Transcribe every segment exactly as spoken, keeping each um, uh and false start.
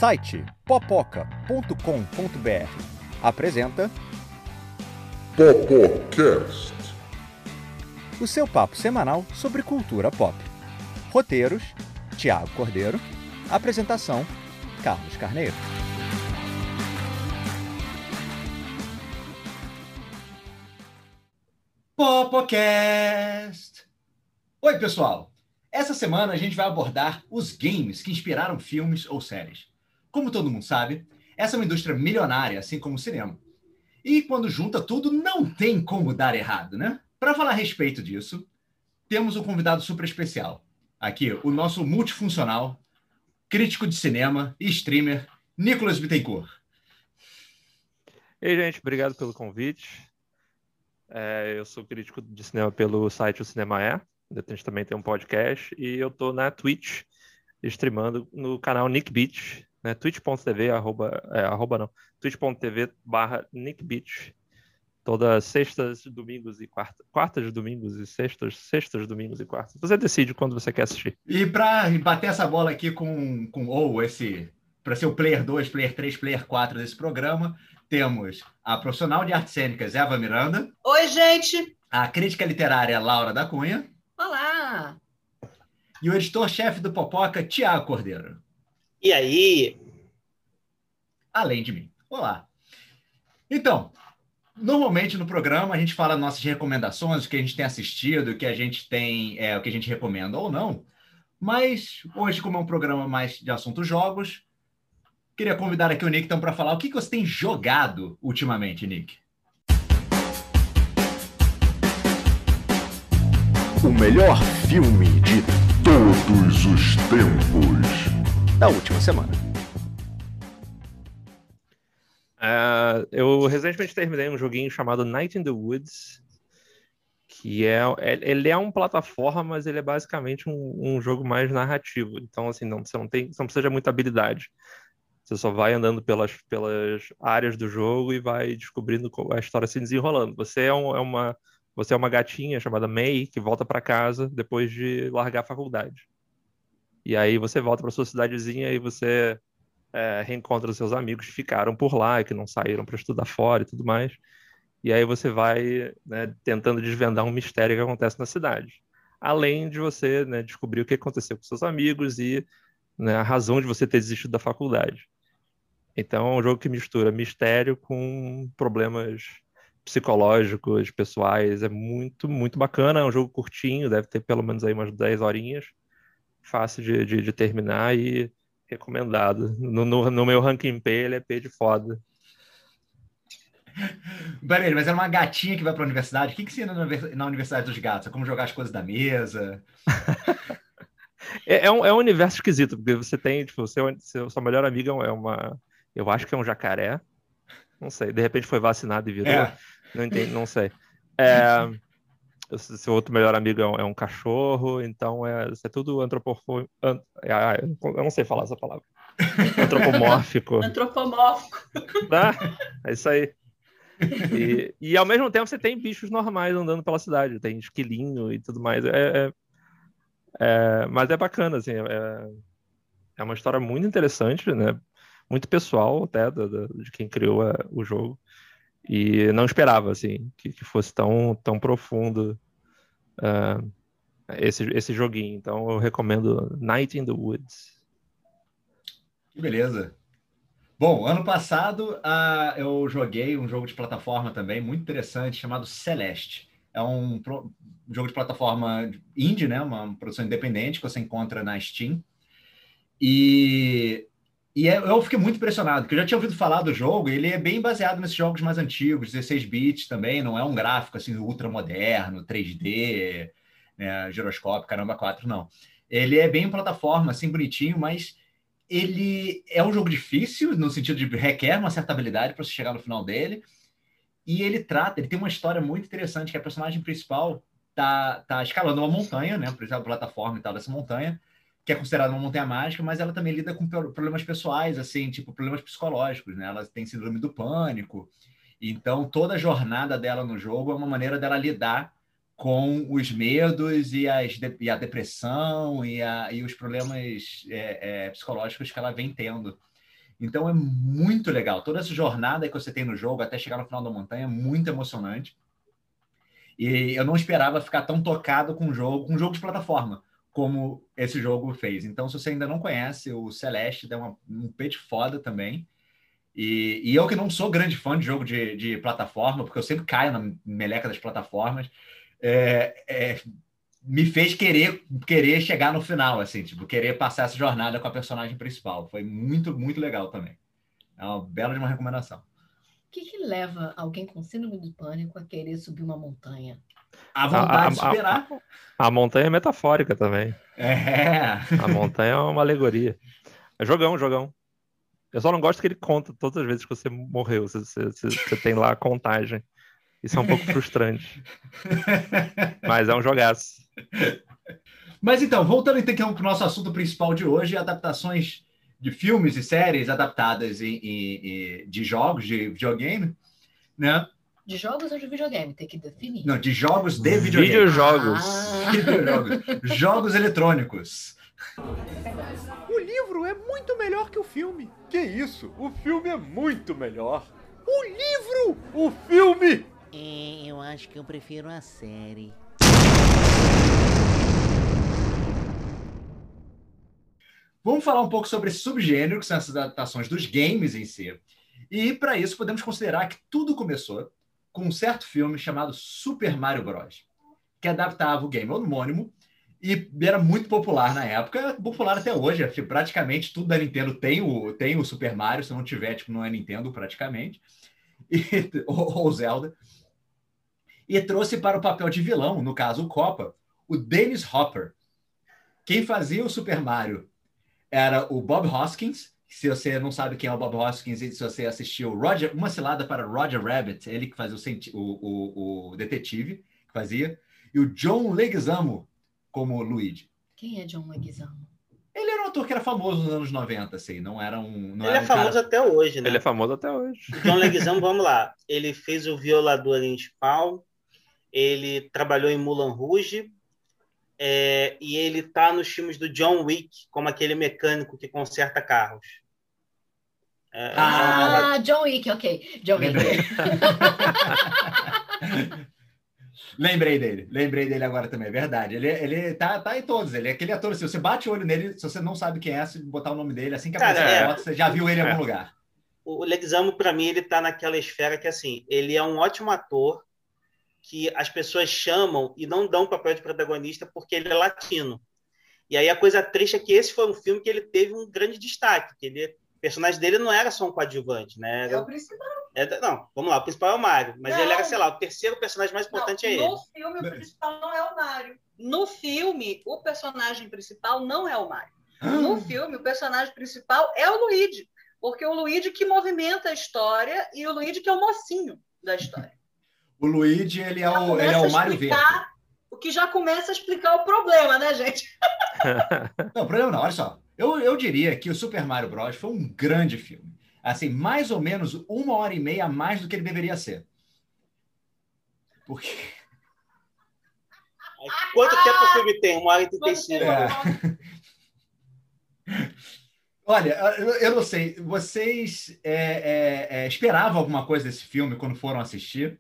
site popoca ponto com ponto br apresenta Popocast, o seu papo semanal sobre cultura pop. Roteiros, Thiago Cordeiro. Apresentação, Carlos Carneiro. Popocast! Oi, pessoal! Essa semana a gente vai abordar os games que inspiraram filmes ou séries. Como todo mundo sabe, essa é uma indústria milionária, assim como o cinema. E quando junta tudo, não tem como dar errado, né? Para falar a respeito disso, temos um convidado super especial. Aqui, o nosso multifuncional, crítico de cinema e streamer, Nicolas Bittencourt. Ei, gente, obrigado pelo convite. É, eu sou crítico de cinema pelo site O Cinema É. A gente também tem um podcast e eu tô na Twitch streamando no canal Nick Beach, né? twitch ponto tv, arroba, é, arroba não, twitch ponto tv barra Nick Beach. Todas sextas, domingos e quartas, quartas, domingos e sextas, sextas, domingos e quartas. Você decide quando você quer assistir. E para bater essa bola aqui com, com ou esse, para ser o player dois, player três, player quatro desse programa, temos a profissional de artes cênicas Eva Miranda. Oi, gente! A crítica literária Laura da Cunha. Olá! E o editor-chefe do Popoca, Thiago Cordeiro. E aí? Além de mim. Olá. Então, normalmente no programa a gente fala nossas recomendações, o que a gente tem assistido, o que a gente tem, é, o que a gente recomenda ou não. Mas hoje, como é um programa mais de assuntos jogos, queria convidar aqui o Nick então para falar o que você tem jogado ultimamente, Nick. o melhor filme de todos os tempos da última semana. Uh, eu recentemente terminei um joguinho chamado Night in the Woods, que é, ele é um plataforma, mas ele é basicamente um, um jogo mais narrativo. Então, assim, não, você não tem, você não precisa de muita habilidade. Você só vai andando pelas, pelas áreas do jogo e vai descobrindo a história se desenrolando. Você é, um, é uma, você é uma gatinha chamada May que volta para casa depois de largar a faculdade. E aí você volta para sua cidadezinha e você é, reencontra os seus amigos que ficaram por lá e que não saíram para estudar fora e tudo mais. E aí você vai, né, tentando desvendar um mistério que acontece na cidade. Além de você, né, descobrir o que aconteceu com seus amigos e, né, a razão de você ter desistido da faculdade. Então é um jogo que mistura mistério com problemas psicológicos, pessoais. É muito, muito bacana. É um jogo curtinho, deve ter pelo menos aí umas dez horinhas. Fácil de, de, de terminar e recomendado. No, no, no meu ranking P, ele é P de foda. Peraí, mas é uma gatinha que vai para a universidade. O que que ensina na, na Universidade dos Gatos? É como jogar as coisas da mesa? é, é, um, é um universo esquisito, porque você tem, tipo, seu, seu, sua melhor amiga é uma... Eu acho que é um jacaré. Não sei, de repente foi vacinado e virou. É. Não entendi, não sei. É, seu outro melhor amigo é um, é um cachorro, então é, é tudo antropofo... Ant, ah, eu não sei falar essa palavra. Antropomórfico. Antropomórfico. Tá? É isso aí. E, e ao mesmo tempo você tem bichos normais andando pela cidade, tem esquilinho e tudo mais. É, é, é, mas é bacana, assim, é, é uma história muito interessante, né? Muito pessoal até do, do, de quem criou a, o jogo. E não esperava, assim, que, que fosse tão, tão profundo uh, esse, esse joguinho. Então eu recomendo Night in the Woods. Que beleza. Bom, ano passado uh, eu joguei um jogo de plataforma também muito interessante chamado Celeste. É um, pro, um jogo de plataforma indie, né? Uma produção independente que você encontra na Steam. E, e é, eu fiquei muito impressionado, porque eu já tinha ouvido falar do jogo, e ele é bem baseado nesses jogos mais antigos, dezesseis bits também, não é um gráfico assim ultra moderno, três D, né, giroscópio, caramba, quatro, não. Ele é bem plataforma, assim, bonitinho, mas ele é um jogo difícil, no sentido de requer uma certa habilidade para você chegar no final dele, e ele trata, ele tem uma história muito interessante, que a personagem principal tá, tá escalando uma montanha, né, por exemplo, a plataforma e tal dessa montanha, que é considerada uma montanha mágica, mas ela também lida com problemas pessoais, assim, tipo, problemas psicológicos, né, ela tem síndrome do pânico, então toda a jornada dela no jogo é uma maneira dela lidar com os medos e, as de, e a depressão e, a, e os problemas é, é, psicológicos que ela vem tendo. Então é muito legal. Toda essa jornada que você tem no jogo até chegar no final da montanha é muito emocionante. E eu não esperava ficar tão tocado com um jogo, com um jogo de plataforma, como esse jogo fez. Então, se você ainda não conhece, o Celeste dá uma, um peixe foda também. E, e eu que não sou grande fã de jogo de, de plataforma, porque eu sempre caio na meleca das plataformas, é, é, me fez querer, querer chegar no final, assim, tipo, querer passar essa jornada com a personagem principal. Foi muito, muito legal também. É uma bela de uma recomendação. O que, que leva alguém com síndrome do pânico a querer subir uma montanha? A vontade A- a- de superar. A montanha é metafórica também. É. A montanha é uma alegoria. É jogão, jogão. Eu só não gosto que ele conta todas as vezes que você morreu. Você, você, você- você tem lá a contagem. Isso é um pouco frustrante. Mas é um jogaço. Mas então, voltando então para o nosso assunto principal de hoje, adaptações de filmes e séries adaptadas em, em- em- de jogos, de videogame, né? De jogos ou de videogame? Tem que definir. Não, de jogos de videogame. Videojogos. Ah, Videojogos. Jogos eletrônicos. O livro é muito melhor que o filme. Que isso? O filme é muito melhor. O livro! O filme! É, eu acho que eu prefiro a série. Vamos falar um pouco sobre esse subgênero, que são essas adaptações dos games em si. E, para isso, podemos considerar que tudo começou com um certo filme chamado Super Mario Bros., que adaptava o game homônimo e era muito popular na época, é popular até hoje. Assim, praticamente tudo da Nintendo tem o, tem o Super Mario, se não tiver, tipo, não é Nintendo praticamente, e, ou, ou Zelda. E trouxe para o papel de vilão, no caso o Copa, o Dennis Hopper. Quem fazia o Super Mario era o Bob Hoskins. Se você não sabe quem é o Bob Hoskins, e se você assistiu Roger, Uma Cilada para Roger Rabbit, ele que fazia o, cienti- o, o, o detetive, que fazia, e o John Leguizamo como Luigi. quem é John Leguizamo? Ele era um ator que era famoso nos anos noventa, assim, não era um... Não Ele era é um famoso cara... até hoje, né? Ele é famoso até hoje. John Leguizamo, vamos lá. Ele fez o Violador em Spawn, ele trabalhou em Moulin Rouge, é, e ele tá nos filmes do John Wick, como aquele mecânico que conserta carros. É, Ah, John Wick, ok. John Wick. Lembrei. Lembrei dele, lembrei dele agora também, é verdade. Ele, ele tá, tá em todos, ele é aquele ator, se você bate o olho nele, se você não sabe quem é, se botar o nome dele, assim que Cara, aparecer é. a foto, você já viu ele em É. algum lugar. O Leguizamo, para mim, ele tá naquela esfera que, assim, ele é um ótimo ator que as pessoas chamam e não dão papel de protagonista porque ele é latino. E aí a coisa triste é que esse foi um filme que ele teve um grande destaque, que ele, o personagem dele não era só um coadjuvante, né? É Era, o principal. era- não, vamos lá, o principal é o Mario, mas Não. ele era, sei lá, o terceiro personagem mais importante é ele. No filme, o principal não é o Mario. No filme, o personagem principal não é o Mario. No filme, o personagem principal é o Luigi. Porque o Luigi que movimenta a história e o Luigi que é o mocinho da história. O Luigi, ele é Já o, ele é começa o a Mário Verde. explicar- O que já começa a explicar o problema, né, gente? Não, problema não, olha só. Eu, eu diria que o Super Mario Bros. Foi um grande filme. Assim, mais ou menos uma hora e meia a mais do que ele deveria ser. Porque... Quanto tempo o filme tem? Uma hora e trinta e cinco. É. Olha, eu, eu não sei, vocês é, é, é, esperavam alguma coisa desse filme quando foram assistir?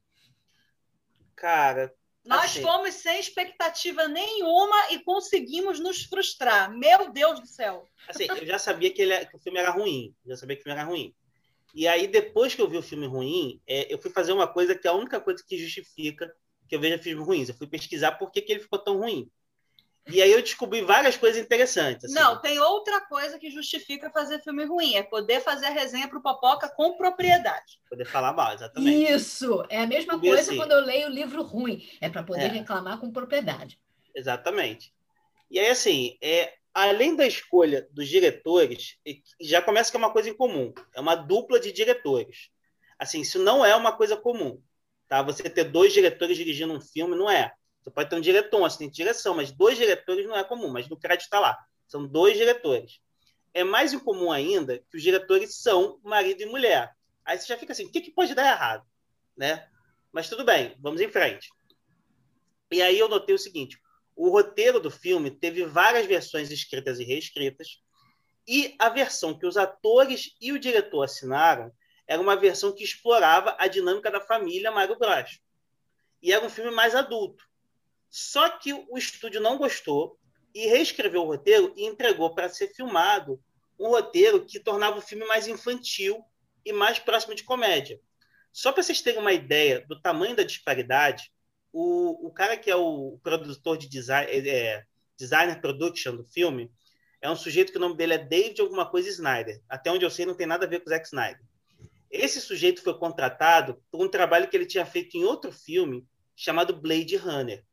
Cara, Nós Assim. fomos sem expectativa nenhuma e conseguimos nos frustrar. Meu Deus do céu. assim, eu já sabia que, ele, que o filme era ruim. Eu já sabia que o filme era ruim. E aí, depois que eu vi o filme ruim, é, eu fui fazer uma coisa que é a única coisa que justifica que eu veja filmes ruins. Eu fui pesquisar por que, que ele ficou tão ruim. E aí eu descobri várias coisas interessantes. assim. Não, tem outra coisa que justifica fazer filme ruim. É poder fazer a resenha pro Popoca com propriedade. Poder falar mal, exatamente. Isso! É a mesma Bem coisa assim. quando eu leio livro ruim. É para poder É. reclamar com propriedade. Exatamente. E aí, assim, é, além da escolha dos diretores, e- já começa que é uma coisa em comum. É uma dupla de diretores. Assim, isso não é uma coisa comum. Tá? Você ter dois diretores dirigindo um filme não é. Você pode ter um diretor, um assistente de direção, mas dois diretores não é comum, mas no crédito está lá. São dois diretores. É mais incomum ainda que os diretores são marido e mulher. Aí você já fica assim, o que, que pode dar errado? Né? Mas tudo bem, vamos em frente. E aí eu notei o seguinte, o roteiro do filme teve várias versões escritas e reescritas, E a versão que os atores e o diretor assinaram era uma versão que explorava a dinâmica da família Mario Bros. E era um filme mais adulto. Só que o estúdio não gostou e reescreveu o roteiro e entregou para ser filmado um roteiro que tornava o filme mais infantil e mais próximo de comédia. Só para vocês terem uma ideia do tamanho da disparidade, o, o cara que é o produtor de design, é, designer production do filme é um sujeito que o nome dele é David alguma coisa Snyder. Até onde eu sei, não tem nada a ver com o Zack Snyder. Esse sujeito foi contratado por um trabalho que ele tinha feito em outro filme chamado Blade Runner.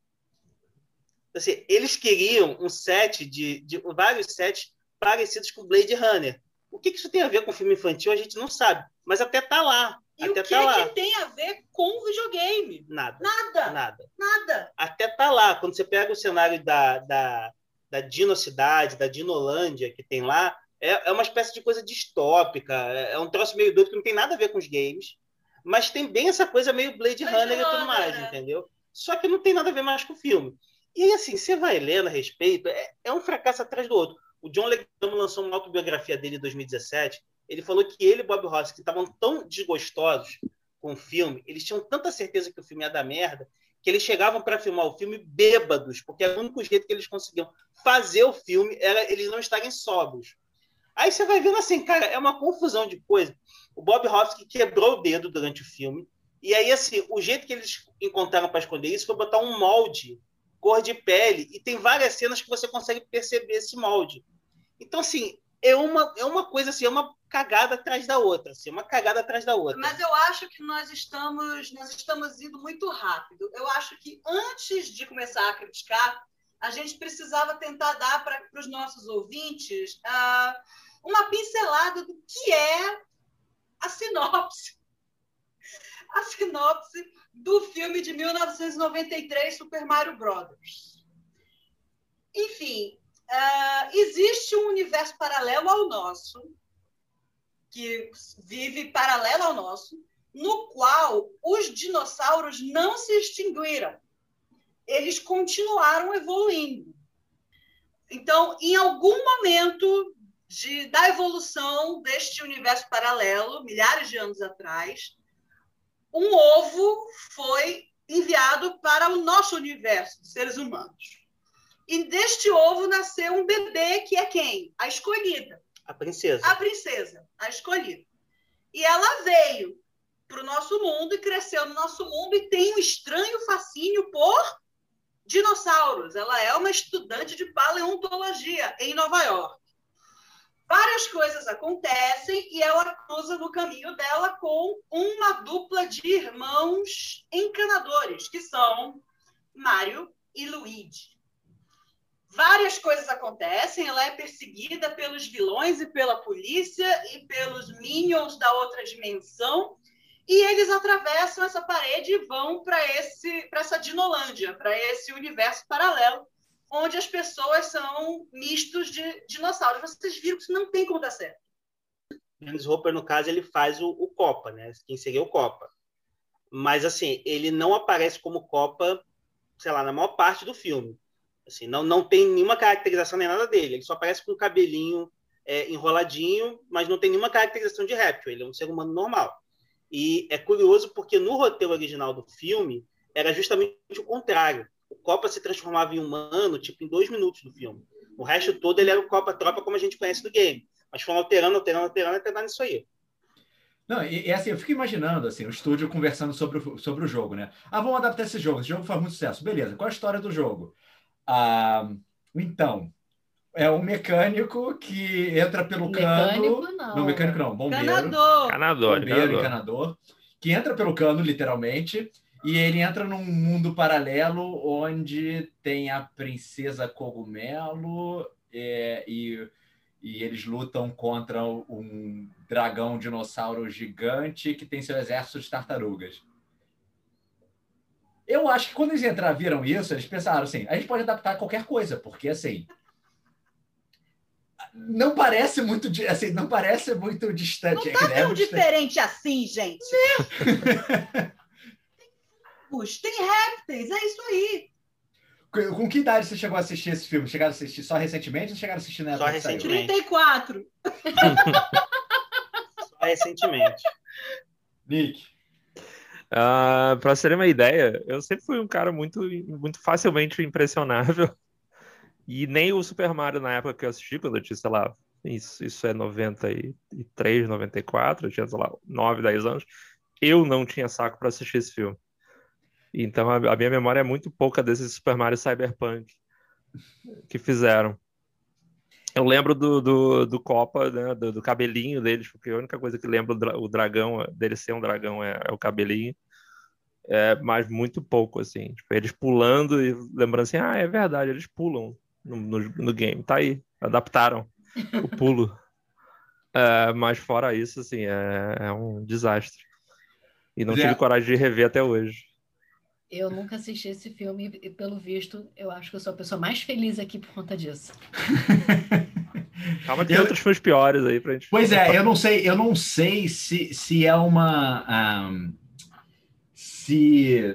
Assim, eles queriam um set de, de vários sets parecidos com Blade Runner. O que isso tem a ver com filme infantil, a gente não sabe. Mas até tá lá. E até o que, tá lá. que tem a ver com videogame? Nada. Nada. Nada. Nada. Até tá lá. Quando você pega o cenário da, da, da Dinocidade, da Dinolândia que tem lá, é, é uma espécie de coisa distópica. É, é um troço meio doido que não tem nada a ver com os games. Mas tem bem essa coisa meio Blade, Blade Runner e tudo mais, né? Entendeu? Só que não tem nada a ver mais com o filme. E aí, assim, você vai lendo a respeito, é, é um fracasso atrás do outro. O John Leguizamo lançou uma autobiografia dele em dois mil e dezessete. Ele falou que ele e Bob Ross, que estavam tão desgostosos com o filme, eles tinham tanta certeza que o filme ia dar merda, que eles chegavam para filmar o filme bêbados, porque o único jeito que eles conseguiam fazer o filme era eles não estarem sóbrios. Aí você vai vendo assim, cara, é uma confusão de coisa. O Bob Hoskins que quebrou o dedo durante o filme, e aí, assim, o jeito que eles encontraram para esconder isso foi botar um molde, cor de pele, e tem várias cenas que você consegue perceber esse molde. Então, assim, é uma, é uma coisa assim, é uma cagada atrás da outra, assim, uma cagada atrás da outra. Mas eu acho que nós estamos, nós estamos indo muito rápido. Eu acho que antes de começar a criticar, a gente precisava tentar dar para os nossos ouvintes uh, uma pincelada do que é a sinopse. A sinopse do filme de mil novecentos e noventa e três, Super Mario Brothers. Enfim, uh, existe um universo paralelo ao nosso, que vive paralelo ao nosso, no qual os dinossauros não se extinguiram. Eles continuaram evoluindo. Então, em algum momento de, da evolução deste universo paralelo, milhares de anos atrás, um ovo foi enviado para o nosso universo de seres humanos. E deste ovo nasceu um bebê que é quem? A escolhida. A princesa. A princesa, a escolhida. E ela veio para o nosso mundo e cresceu no nosso mundo e tem um estranho fascínio por dinossauros. Ela é uma estudante de paleontologia em Nova York. Várias coisas acontecem e ela cruza no caminho dela com uma dupla de irmãos encanadores, que são Mario e Luigi. Várias coisas acontecem, ela é perseguida pelos vilões e pela polícia e pelos minions da outra dimensão, e eles atravessam essa parede e vão para esse, para essa Dinolândia, para esse universo paralelo, onde as pessoas são mistos de dinossauros. Vocês viram que isso não tem como dar certo. Dennis Hopper, no caso, ele faz o, o Copa, né? Quem seria o Copa. Mas, assim, ele não aparece como Copa, sei lá, na maior parte do filme. Assim, não, não tem nenhuma caracterização nem nada dele. Ele só aparece com o cabelinho é, enroladinho, mas não tem nenhuma caracterização de réptil. Ele é um ser humano normal. E é curioso porque no roteiro original do filme era justamente o contrário. O Copa se transformava em humano, tipo, em dois minutos do filme. O resto todo ele era o Copa-Tropa como a gente conhece do game. Mas foram alterando, alterando, alterando até dar nisso aí. Não, e, e assim, eu fico imaginando, assim, o estúdio conversando sobre o, sobre o jogo, né? Ah, vamos adaptar esse jogo. Esse jogo faz muito sucesso. Beleza, qual a história do jogo? Ah, então, é um mecânico que entra pelo Mecânico, cano... não. Não, mecânico não, bombeiro. Encanador. Canador, Bombeiro, encanador. encanador. Que entra pelo cano, literalmente... E ele entra num mundo paralelo onde tem a princesa Cogumelo é, e, e eles lutam contra um dragão dinossauro gigante que tem seu exército de tartarugas. Eu acho que quando eles entraram, viram isso, eles pensaram assim, a gente pode adaptar qualquer coisa, porque assim... Não parece muito, assim, não parece muito distante. Não tá é tão muito diferente assim, gente. Tem répteis, é isso aí. Com com que idade você chegou a assistir esse filme? Chegaram a assistir só recentemente ou chegaram a assistir na Só época que saiu? recentemente. trinta e quatro. Só recentemente. Nick. Ah, pra terem uma ideia, eu sempre fui um cara muito, muito facilmente impressionável. E nem o Super Mario, na época que eu assisti, quando eu tinha, sei lá, isso, isso é noventa e três, noventa e quatro, eu tinha, sei lá, nove, dez anos, eu não tinha saco pra assistir esse filme. Então a, a minha memória é muito pouca desses Super Mario Cyberpunk que fizeram. Eu lembro do, do, do Copa, né, do, do cabelinho deles, porque a única coisa que lembra o, dra- o dragão, dele ser um dragão, é, é o cabelinho. É, mas muito pouco, assim. Tipo, eles pulando e lembrando assim, ah, é verdade, eles pulam no, no, no game. Tá aí, adaptaram o pulo. É, mas fora isso, assim, é, é um desastre. E não Zé. tive coragem de rever até hoje. Eu nunca assisti esse filme e, pelo visto, eu acho que eu sou a pessoa mais feliz aqui por conta disso. Calma que tem Eu- outros filmes piores aí pra gente... Pois é, eu não sei, eu não sei se, se é uma. ahm, se.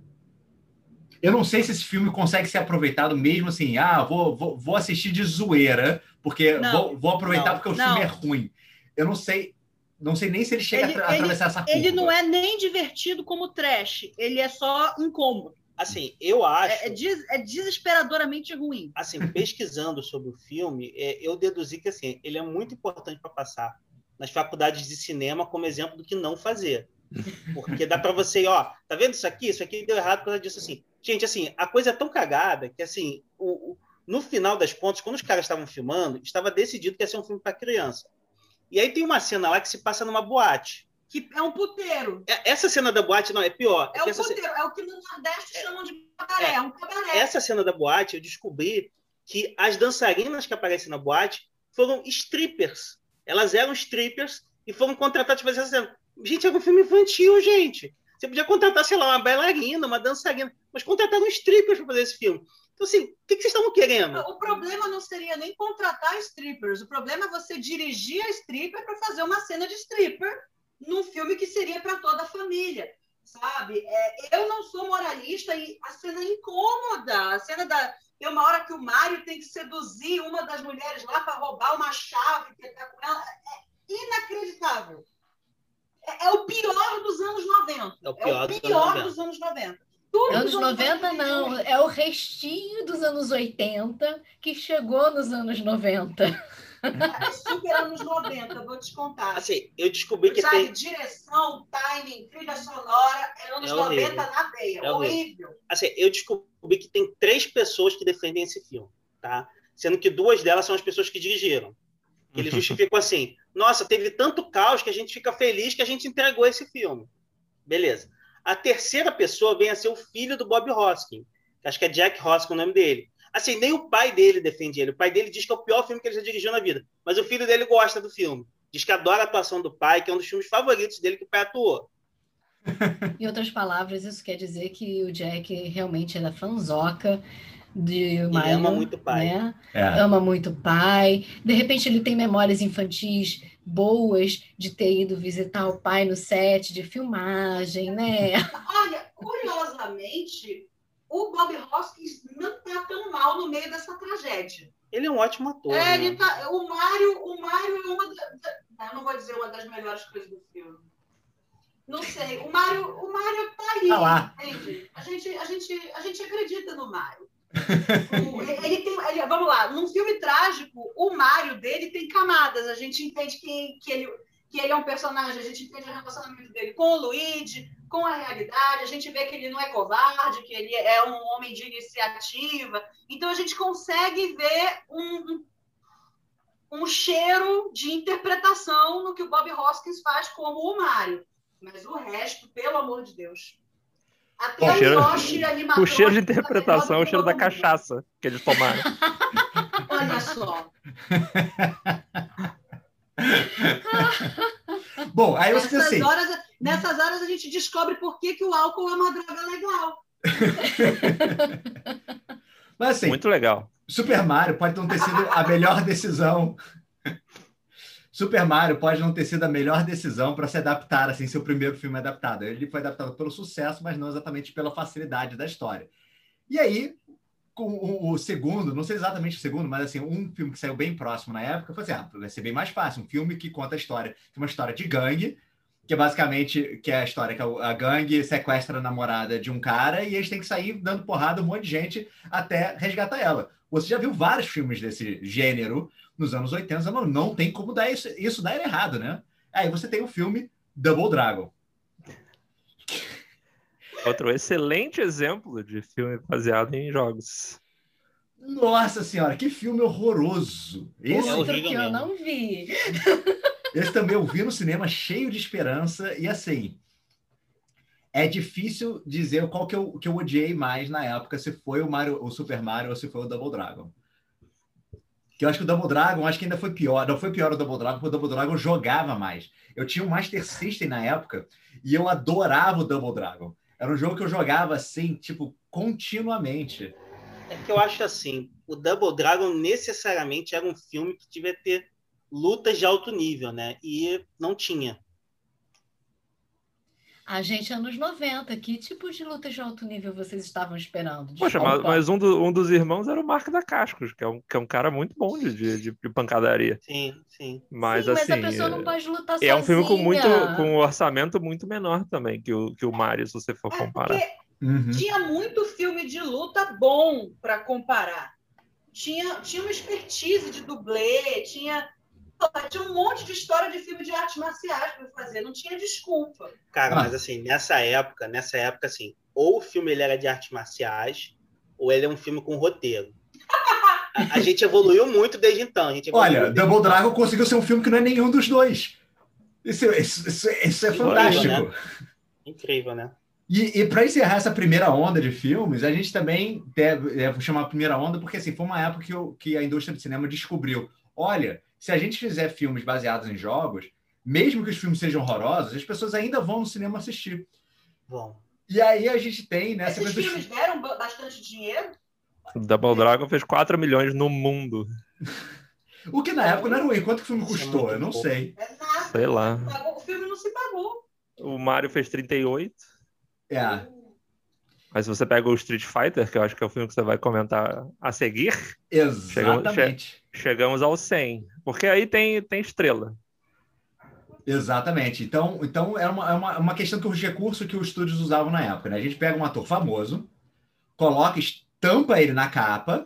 Eu não sei se esse filme consegue ser aproveitado mesmo assim. Ah, vou, vou, vou assistir de zoeira, porque Não, vou, vou aproveitar não, porque o não. filme é ruim. Eu não sei. Não sei nem se ele chega Ele- a, tra- a ele- atravessar essa curva. Ele não é nem divertido como trash, ele é só incômodo. Assim, eu acho. É, é des- é desesperadoramente ruim. Assim, pesquisando sobre o filme, é, eu deduzi que assim, ele é muito importante para passar nas faculdades de cinema como exemplo do que não fazer. Porque dá para você, ó, tá vendo isso aqui? Isso aqui deu errado por causa disso, assim. Gente, assim, a coisa é tão cagada que, assim, o, o- no final das contas, quando os caras estavam filmando, estava decidido que ia ser um filme para criança. E aí tem uma cena lá que se passa numa boate. Que é um puteiro. É- Essa cena da boate, não, é pior. É que um essa ce- puteiro, é o que no Nordeste chamam de cabaré, é um cabaré. Essa cena da boate, eu descobri que as dançarinas que aparecem na boate foram strippers. Elas eram strippers e foram contratadas para fazer essa cena. Gente, é um filme infantil, gente. Você podia contratar, sei lá, uma bailarina, uma dançarina, mas contrataram strippers para fazer esse filme. Então, assim, o que, que vocês estavam querendo? O problema não seria nem contratar strippers, o problema é você dirigir a stripper para fazer uma cena de stripper num filme que seria para toda a família, sabe? É, eu não sou moralista e a cena é incômoda. A cena da... Tem uma hora que o Mário tem que seduzir uma das mulheres lá para roubar uma chave que ele tá com ela. É inacreditável. É, é o pior dos anos noventa. É o pior dos pior anos dos anos noventa. Tudo Anos dos noventa não, noventa. é o restinho dos anos oitenta que chegou nos anos noventa. É super anos noventa, vou te contar. Assim, eu descobri que Sabe, tem... direção, timing, trilha sonora, é anos É horrível. noventa na veia. É horrível. horrível. Assim, eu descobri que tem três pessoas que defendem esse filme, tá? Sendo que duas delas são as pessoas que dirigiram. Eles justificam assim, nossa, teve tanto caos que a gente fica feliz que a gente entregou esse filme. Beleza. A terceira pessoa vem a ser o filho do Bob Hoskin, que acho que é Jack Hoskin o nome dele. Assim, nem o pai dele defende ele. O pai dele diz que é o pior filme que ele já dirigiu na vida. Mas o filho dele gosta do filme. Diz que adora a atuação do pai, que é um dos filmes favoritos dele que o pai atuou. Em outras palavras, isso quer dizer que o Jack realmente era fanzoca de Mario, ama muito o pai. né? É. Ama muito o pai. De repente ele tem memórias infantis boas de ter ido visitar o pai no set de filmagem, né? Olha, curiosamente, o Bob Hoskins não está tão mal no meio dessa tragédia. Ele é um ótimo ator. É, né? ele tá, o Mário, o Mário é uma da, da- eu não vou dizer uma das melhores coisas do filme. Não sei, o Mário, o Mário tá ali, Tá lá. entende? A gente, a gente, a gente acredita no Mário. O- ele tem, ele- vamos lá, num filme trágico, o Mário dele tem camadas. A gente entende que, que, ele, que ele é um personagem, a gente entende o relacionamento dele com o Luigi, com a realidade, a gente vê que ele não é covarde, que ele é um homem de iniciativa. Então a gente consegue ver um, um, um cheiro de interpretação no que o Bob Hoskins faz como o Mário. Mas o resto, pelo amor de Deus. Até O cheiro- Yoshi animatrônico, O cheiro de tá interpretação é o melhor cheiro do da que todo mundo. cachaça que eles tomaram. Olha só. Bom, aí você pensa Nessas, assim. horas, nessas horas a gente descobre por que, que o álcool é uma droga legal. Mas assim, Muito legal. Super Mario pode não ter sido a melhor decisão. Super Mario pode não ter sido a melhor decisão para se adaptar, assim, seu primeiro filme adaptado. Ele foi adaptado pelo sucesso, mas não exatamente pela facilidade da história. E aí, com o, o segundo, não sei exatamente o segundo, mas assim, um filme que saiu bem próximo na época, foi assim, ah, vai ser bem mais fácil. Um filme que conta a história, que é uma história de gangue, que é basicamente que é a história que a gangue sequestra a namorada de um cara e eles têm que sair dando porrada a um monte de gente até resgatar ela. Você já viu vários filmes desse gênero nos anos oitenta, não, não tem como dar isso, isso dar errado, né? Aí você tem o filme Double Dragon. Outro excelente exemplo de filme baseado em jogos. Nossa senhora, que filme horroroso. Esse, É Outro horrível que eu mesmo. não vi. esse também eu vi no cinema cheio de esperança e assim, é difícil dizer qual que eu, que eu odiei mais na época, se foi o, Mario, o Super Mario ou se foi o Double Dragon. Que eu acho que o Double Dragon, acho que ainda foi pior. Não foi pior o Double Dragon, porque o Double Dragon jogava mais. Eu tinha um Master System na época e eu adorava o Double Dragon. Era um jogo que eu jogava assim, tipo, continuamente. É que eu acho assim, o Double Dragon necessariamente era um filme que devia ter lutas de alto nível, né? E não tinha. A gente, anos noventa, que tipo de luta de alto nível vocês estavam esperando? Poxa, mas, mas um, do- um dos irmãos era o Marco da Cascos, que é um, que é um cara muito bom de, de, de- de pancadaria. Sim, sim. Mas Sim, assim, mas a pessoa não é- pode lutar é um filme com muito, sozinha. com um orçamento muito menor também que o, que o Mario, se você for É comparar. porque Uhum. tinha muito filme de luta bom para comparar. Tinha, tinha uma expertise de dublê, tinha, tinha um monte de história de filme de artes marciais para fazer, não tinha desculpa. Cara, Ah. mas assim, nessa época, nessa época, assim, ou o filme ele era de artes marciais, ou ele é um filme com roteiro. A, a gente evoluiu muito desde então. A gente evoluiu Olha, desde Double então. Dragon conseguiu ser um filme que não é nenhum dos dois. Isso, isso, isso, isso é Olha, fantástico. né? Incrível, né? E, e para encerrar essa primeira onda de filmes, a gente também deve, deve chamar a primeira onda, porque assim, foi uma época que, o- que a indústria do cinema descobriu: olha, se a gente fizer filmes baseados em jogos, mesmo que os filmes sejam horrorosos, as pessoas ainda vão no cinema assistir. Bom, E aí a gente tem, né? Esses essa coisa filmes dos- deram ba- bastante dinheiro? O Double Dragon fez quatro milhões no mundo. O que na época não era ruim. Quanto que o filme Isso é custou? muito Eu não pouco. sei. É nada. Sei lá. Pagou- O filme não se pagou. O Mario fez trinta e oito. É. Mas se você pega o Street Fighter, que eu acho que é o filme que você vai comentar a seguir, Exatamente. chegamos ao cem. Porque aí tem, tem estrela. Exatamente. Então, então é, uma, é uma, uma questão que os recursos que os estúdios usavam na época, né? A gente pega um ator famoso, coloca, estampa ele na capa,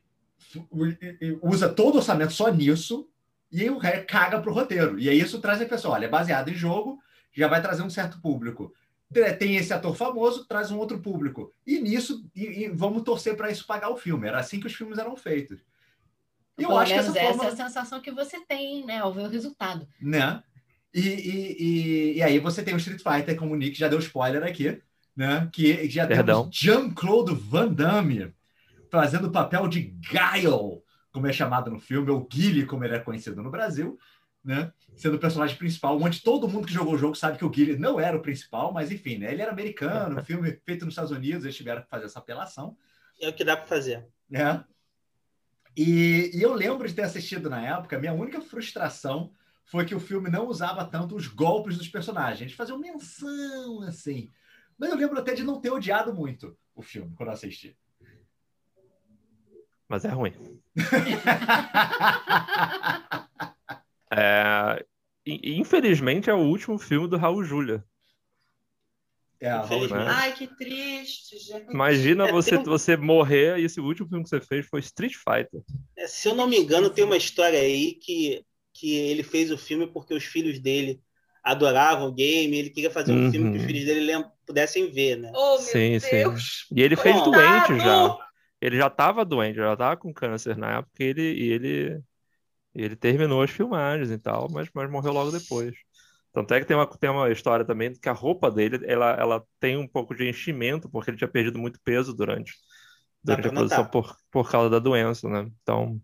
usa todo o orçamento só nisso, e aí o ré caga pro roteiro. E aí isso traz a pessoa, olha, é baseado em jogo, já vai trazer um certo público. Tem esse ator famoso, traz um outro público. E nisso, e, e vamos torcer para isso pagar o filme. Era assim que os filmes eram feitos. E eu Pelo acho que menos essa essa forma... é a sensação que você tem, né, ao ver o resultado. Né? E, e, e, e aí você tem o Street Fighter, como o Nick já deu spoiler aqui, né? Que já Perdão. temos Jean-Claude Van Damme fazendo o papel de Guile, como é chamado no filme, ou Guile, como ele é conhecido no Brasil, né? Sendo o personagem principal, onde todo mundo que jogou o jogo sabe que o Guile não era o principal, mas enfim, né? Ele era americano, filme feito nos Estados Unidos, eles tiveram que fazer essa apelação, é o que dá para fazer. né? E, e eu lembro de ter assistido na época, minha única frustração foi que o filme não usava tanto os golpes dos personagens. Eles faziam menção, assim. Mas eu lembro até de não ter odiado muito o filme, quando eu assisti. Mas é ruim. É, i- infelizmente é o último filme do Raul Júlia. É, Infelizmente. né? Ai, que triste, gente. Imagina É, você, tem um- você morrer e esse último filme que você fez foi Street Fighter. É, se eu não me engano, tem uma história aí que, que ele fez o filme porque os filhos dele adoravam o game, ele queria fazer um Uhum. filme que os filhos dele lem- pudessem ver, né? Oh, meu Sim, sim. Deus. E ele fez Coitado! doente já. Ele já estava doente, já estava com câncer na época e ele, e ele, e ele terminou as filmagens e tal, mas, mas morreu logo depois. Tanto é que tem uma, tem uma história também que a roupa dele, ela, ela tem um pouco de enchimento, porque ele tinha perdido muito peso durante, Dá durante a pra produção notar. por, por causa da doença, né? Então,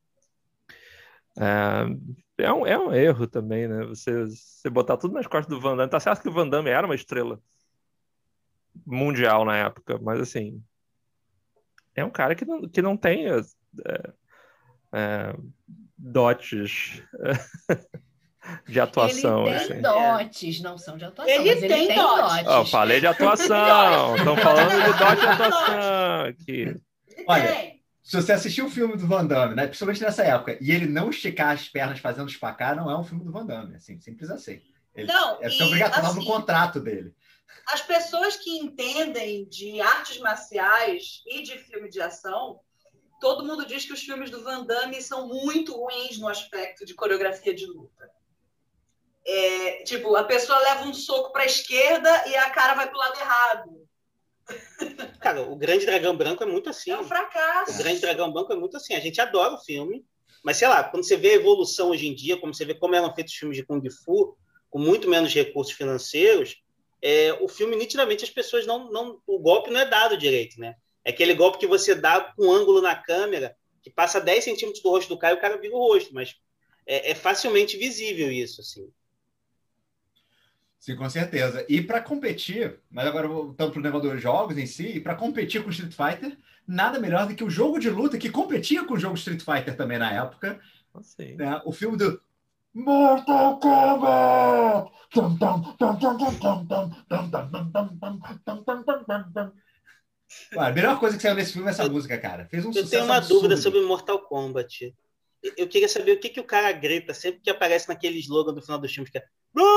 é, é um, é um erro também, né? Você, você botar tudo nas costas do Van Damme. Tá certo que o Van Damme era uma estrela mundial na época, mas assim, é um cara que não, que não tem é, é, dotes de atuação. Ele assim. tem dotes, não são de atuação, Ele mas ele tem tem dotes. dotes. Ó, eu falei de atuação, estão falando de dote de atuação aqui. Ele Olha, tem. se você assistiu o filme do Van Damme, né, principalmente nessa época, e ele não esticar as pernas fazendo espacar, não é um filme do Van Damme, assim, simples assim. Ele, Não, é e, obrigatório assim, no contrato dele. as pessoas que entendem de artes marciais e de filme de ação, todo mundo diz que os filmes do Van Damme são muito ruins no aspecto de coreografia de luta. É, tipo, a pessoa leva um soco para a esquerda e a cara vai para o lado errado. Cara, o Grande Dragão Branco é muito assim. É um fracasso. O Grande Dragão Branco é muito assim. A gente adora o filme, mas sei lá, quando você vê a evolução hoje em dia, como você vê como eram feitos os filmes de Kung Fu, com muito menos recursos financeiros, é, o filme, nitidamente, as pessoas não, não... O golpe não é dado direito, né? É aquele golpe que você dá com ângulo na câmera, que passa dez centímetros do rosto do cara e o cara vira o rosto, mas é, é facilmente visível isso, assim. Sim, com certeza. E para competir, mas agora voltando para o negócio dos jogos em si, e para competir com Street Fighter, nada melhor do que o jogo de luta que competia com o jogo Street Fighter também na época. Assim. Né? O filme do Mortal Kombat! Ué, a melhor coisa que saiu nesse filme é essa eu, música, cara. Fez um eu sucesso tenho uma absurdo. dúvida sobre Mortal Kombat. Eu queria saber o que, que o cara grita sempre que aparece naquele slogan do final dos filmes, que é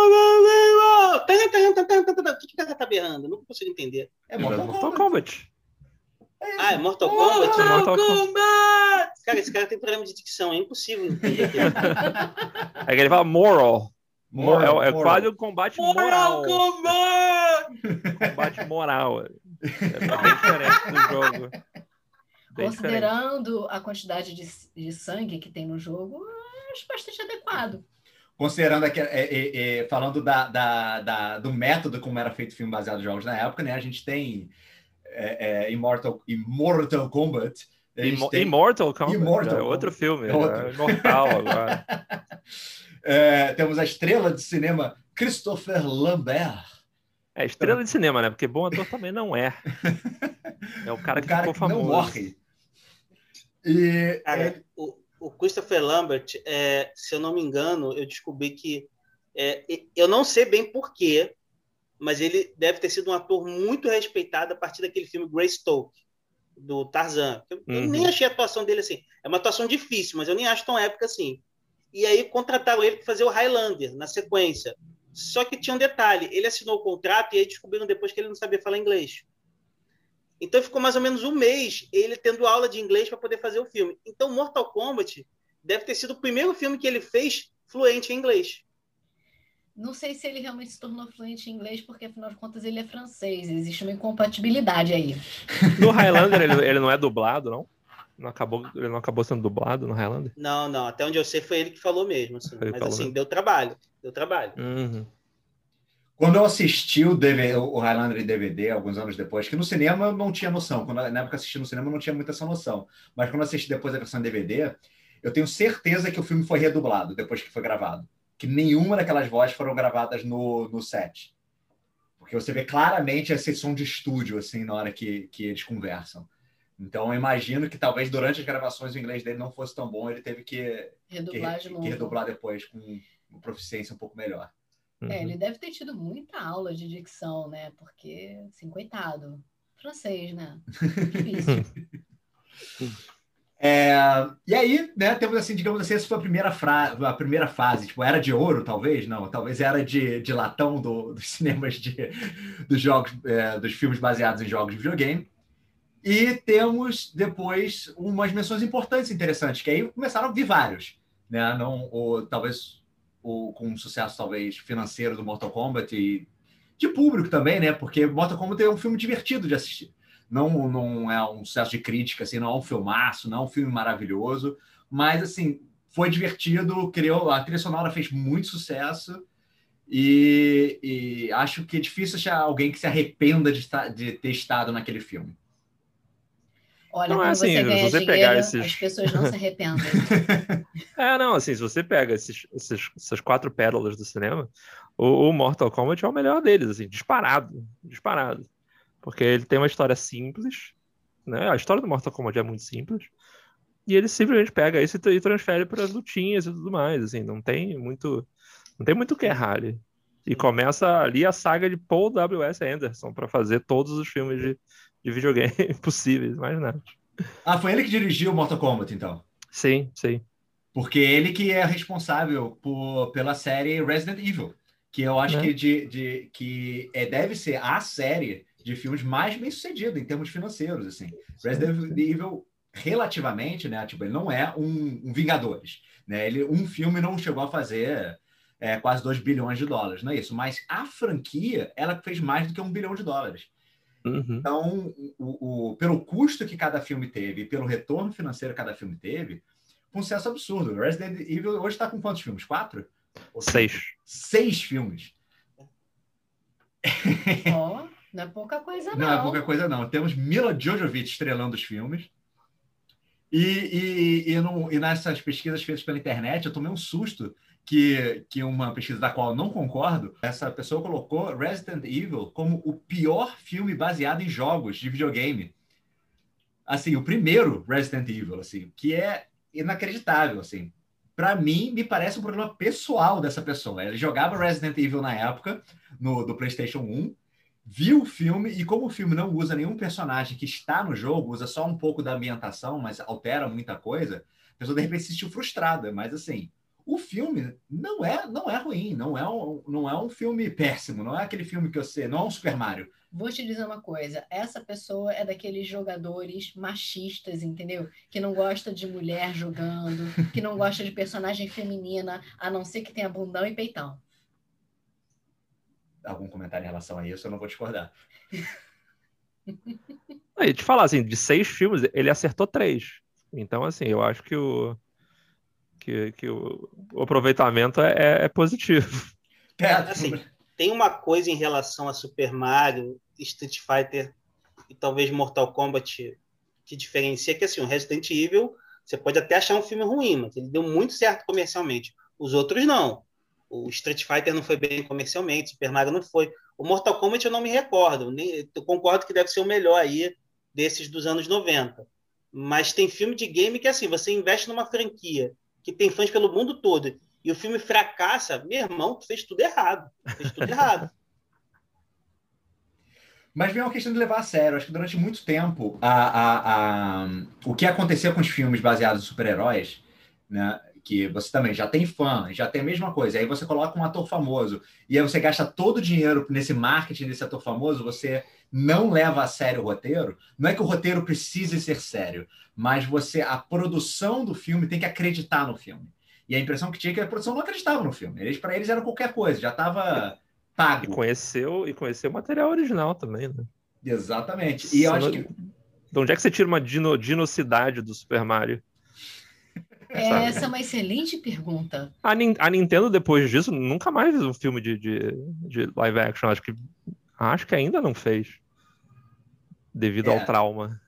o que, que o cara tá berrando? Eu não consigo entender. É Mortal, Mortal Mortal Kombat. Kombat. Ah, é Mortal Kombat? Mortal Kombat! Cara, esse cara tem problema de dicção, é impossível entender. É que ele fala moral. Moral, é é moral. quase um combate moral. Mortal Kombat! Combate moral. É bem diferente do jogo. Bem Considerando diferente. a quantidade de, de sangue que tem no jogo, eu acho bastante adequado. Considerando aqui, é, é, é, falando da, da, da, do método como era feito filme baseado em jogos na época, né? A gente tem é, é, Immortal, Immortal Kombat. A gente Imo- tem Immortal Kombat. Immortal É outro Kombat. filme. É outro. É imortal agora. É, temos a estrela de cinema Christopher Lambert. É estrela de cinema, né? Porque bom ator também não é. É o cara O que cara ficou que famoso. não morre. E Cara, é, o, o Christopher Lambert, é, se eu não me engano, eu descobri que é, eu não sei bem porquê, mas ele deve ter sido um ator muito respeitado a partir daquele filme Greystoke, do Tarzan. Eu, eu Uhum. nem achei a atuação dele assim. É uma atuação difícil, mas eu nem acho tão épica assim. E aí contrataram ele para fazer o Highlander na sequência. Só que tinha um detalhe, ele assinou o contrato e aí descobriram depois que ele não sabia falar inglês. Então ficou mais ou menos um mês ele tendo aula de inglês para poder fazer o filme. Então Mortal Kombat deve ter sido o primeiro filme que ele fez fluente em inglês. Não sei se ele realmente se tornou fluente em inglês, porque afinal de contas ele é francês. Existe uma incompatibilidade aí. No Highlander ele, ele não é dublado, não? Não acabou, ele não acabou sendo dublado no Highlander? Não, não. Até onde eu sei foi ele que falou mesmo. Assim. Ele Mas falou assim, mesmo. deu trabalho. Deu trabalho. Uhum. quando eu assisti o, D V D, o Highlander em D V D, alguns anos depois, que no cinema eu não tinha noção. Quando, na época assisti no cinema eu não tinha muita essa noção. Mas quando eu assisti depois a versão em D V D, eu tenho certeza que o filme foi redublado depois que foi gravado. Que nenhuma daquelas vozes foram gravadas no, no set. Porque você vê claramente esse som de estúdio, assim, na hora que, que eles conversam. Então, eu imagino que talvez durante as gravações o inglês dele não fosse tão bom, ele teve que, Redublar que, de novo. que redublar depois com uma proficiência um pouco melhor. Uhum. É, ele deve ter tido muita aula de dicção, né? Porque, assim, coitado. Francês, né? Difícil. É, e aí, né, temos assim, digamos assim, essa foi a primeira, fra- a primeira fase, tipo, era de ouro, talvez? Não, talvez era de, de latão do, dos cinemas de, dos jogos, é, dos filmes baseados em jogos de videogame. E temos depois umas menções importantes e interessantes, que aí começaram a vir vários, né? Não, ou, talvez o, com um sucesso talvez financeiro do Mortal Kombat e de público também, né? Porque Mortal Kombat é um filme divertido de assistir. Não, não é um sucesso de crítica, assim, não é um filmaço, não é um filme maravilhoso, mas assim, foi divertido, criou, a trilha sonora fez muito sucesso e, e acho que é difícil achar alguém que se arrependa de, estar, de ter estado naquele filme. Olha, Não, é quando assim, você ganha se você dinheiro, pegar esses- as pessoas não se arrependem. É, não, assim, se você pega esses, esses- essas quatro pérolas do cinema, o, o Mortal Kombat é o melhor deles, assim, disparado, disparado. Porque ele tem uma história simples, né? A história do Mortal Kombat é muito simples, e ele simplesmente pega isso e tra- e transfere para as lutinhas e tudo mais, assim, não tem muito, não tem muito o que errar ali. E começa ali a saga de Paul W S. Anderson para fazer todos os filmes de, de videogame possíveis, mais nada. Ah, foi ele que dirigiu Mortal Kombat, então. Sim, sim. Porque ele que é responsável por, pela série Resident Evil, que eu acho Né? que, de, de, que é, deve ser a série de filmes mais bem sucedida em termos financeiros, assim. Resident sim. Evil, relativamente, né? Tipo, ele não é um, um Vingadores, né? Ele, um filme não chegou a fazer é, quase dois bilhões de dólares, não é isso? Mas a franquia, ela fez mais do que um bilhão de dólares. Uhum. Então, o, o, pelo custo que cada filme teve e pelo retorno financeiro que cada filme teve, um sucesso absurdo. Resident Evil hoje está com quantos filmes? Quatro? Ou Seis. cinco? Seis filmes. Ó, oh, não é pouca coisa, não. Não é pouca coisa, não. Temos Mila Jovovich estrelando os filmes. E, e, e, no, e nessas pesquisas feitas pela internet, eu tomei um susto que, que uma pesquisa da qual eu não concordo, essa pessoa colocou Resident Evil como o pior filme baseado em jogos de videogame. Assim, o primeiro Resident Evil, assim, que é inacreditável, assim. Para mim, me parece um problema pessoal dessa pessoa. Ele jogava Resident Evil na época, no, do PlayStation um, viu o filme, e como o filme não usa nenhum personagem que está no jogo, usa só um pouco da ambientação, mas altera muita coisa, a pessoa de repente se sentiu frustrada. Mas assim, o filme não é, não é ruim, não é, um, não é um filme péssimo, não é aquele filme que você... Não é um Super Mario. Vou te dizer uma coisa, essa pessoa é daqueles jogadores machistas, entendeu? Que não gosta de mulher jogando, que não gosta de personagem feminina, a não ser que tenha bundão e peitão. Algum comentário em relação a isso, eu não vou discordar. E te falar, assim, de seis filmes, ele acertou três. Então, assim, eu acho que o, que, que o, o aproveitamento é, é positivo. É, assim, tem uma coisa em relação a Super Mario, Street Fighter e talvez Mortal Kombat que diferencia, que assim, o Resident Evil, você pode até achar um filme ruim, mas ele deu muito certo comercialmente. Os outros não. O Street Fighter não foi bem comercialmente, Super Mario não foi. O Mortal Kombat eu não me recordo. Nem, eu concordo que deve ser o melhor aí desses dos anos noventa. Mas tem filme de game que assim, você investe numa franquia que tem fãs pelo mundo todo e o filme fracassa, meu irmão, tu fez tudo errado. Fez tudo errado. Mas vem uma questão de levar a sério. Acho que durante muito tempo a, a, a, o que acontecia com os filmes baseados em super-heróis, né? Que você também já tem fã, já tem a mesma coisa. Aí você coloca um ator famoso e aí você gasta todo o dinheiro nesse marketing desse ator famoso, você não leva a sério o roteiro. Não é que o roteiro precise ser sério, mas você, a produção do filme tem que acreditar no filme. E a impressão que tinha é que a produção não acreditava no filme. Eles, para eles era qualquer coisa, já estava pago. E conheceu, e conheceu o material original também, né? Exatamente. E eu acho que... De onde é que você tira uma dino, dinocidade do Super Mario? Essa é uma excelente pergunta. A, a Nintendo, depois disso, nunca mais fez um filme de, de, de live action. Acho que, acho que ainda não fez. Devido É. ao trauma.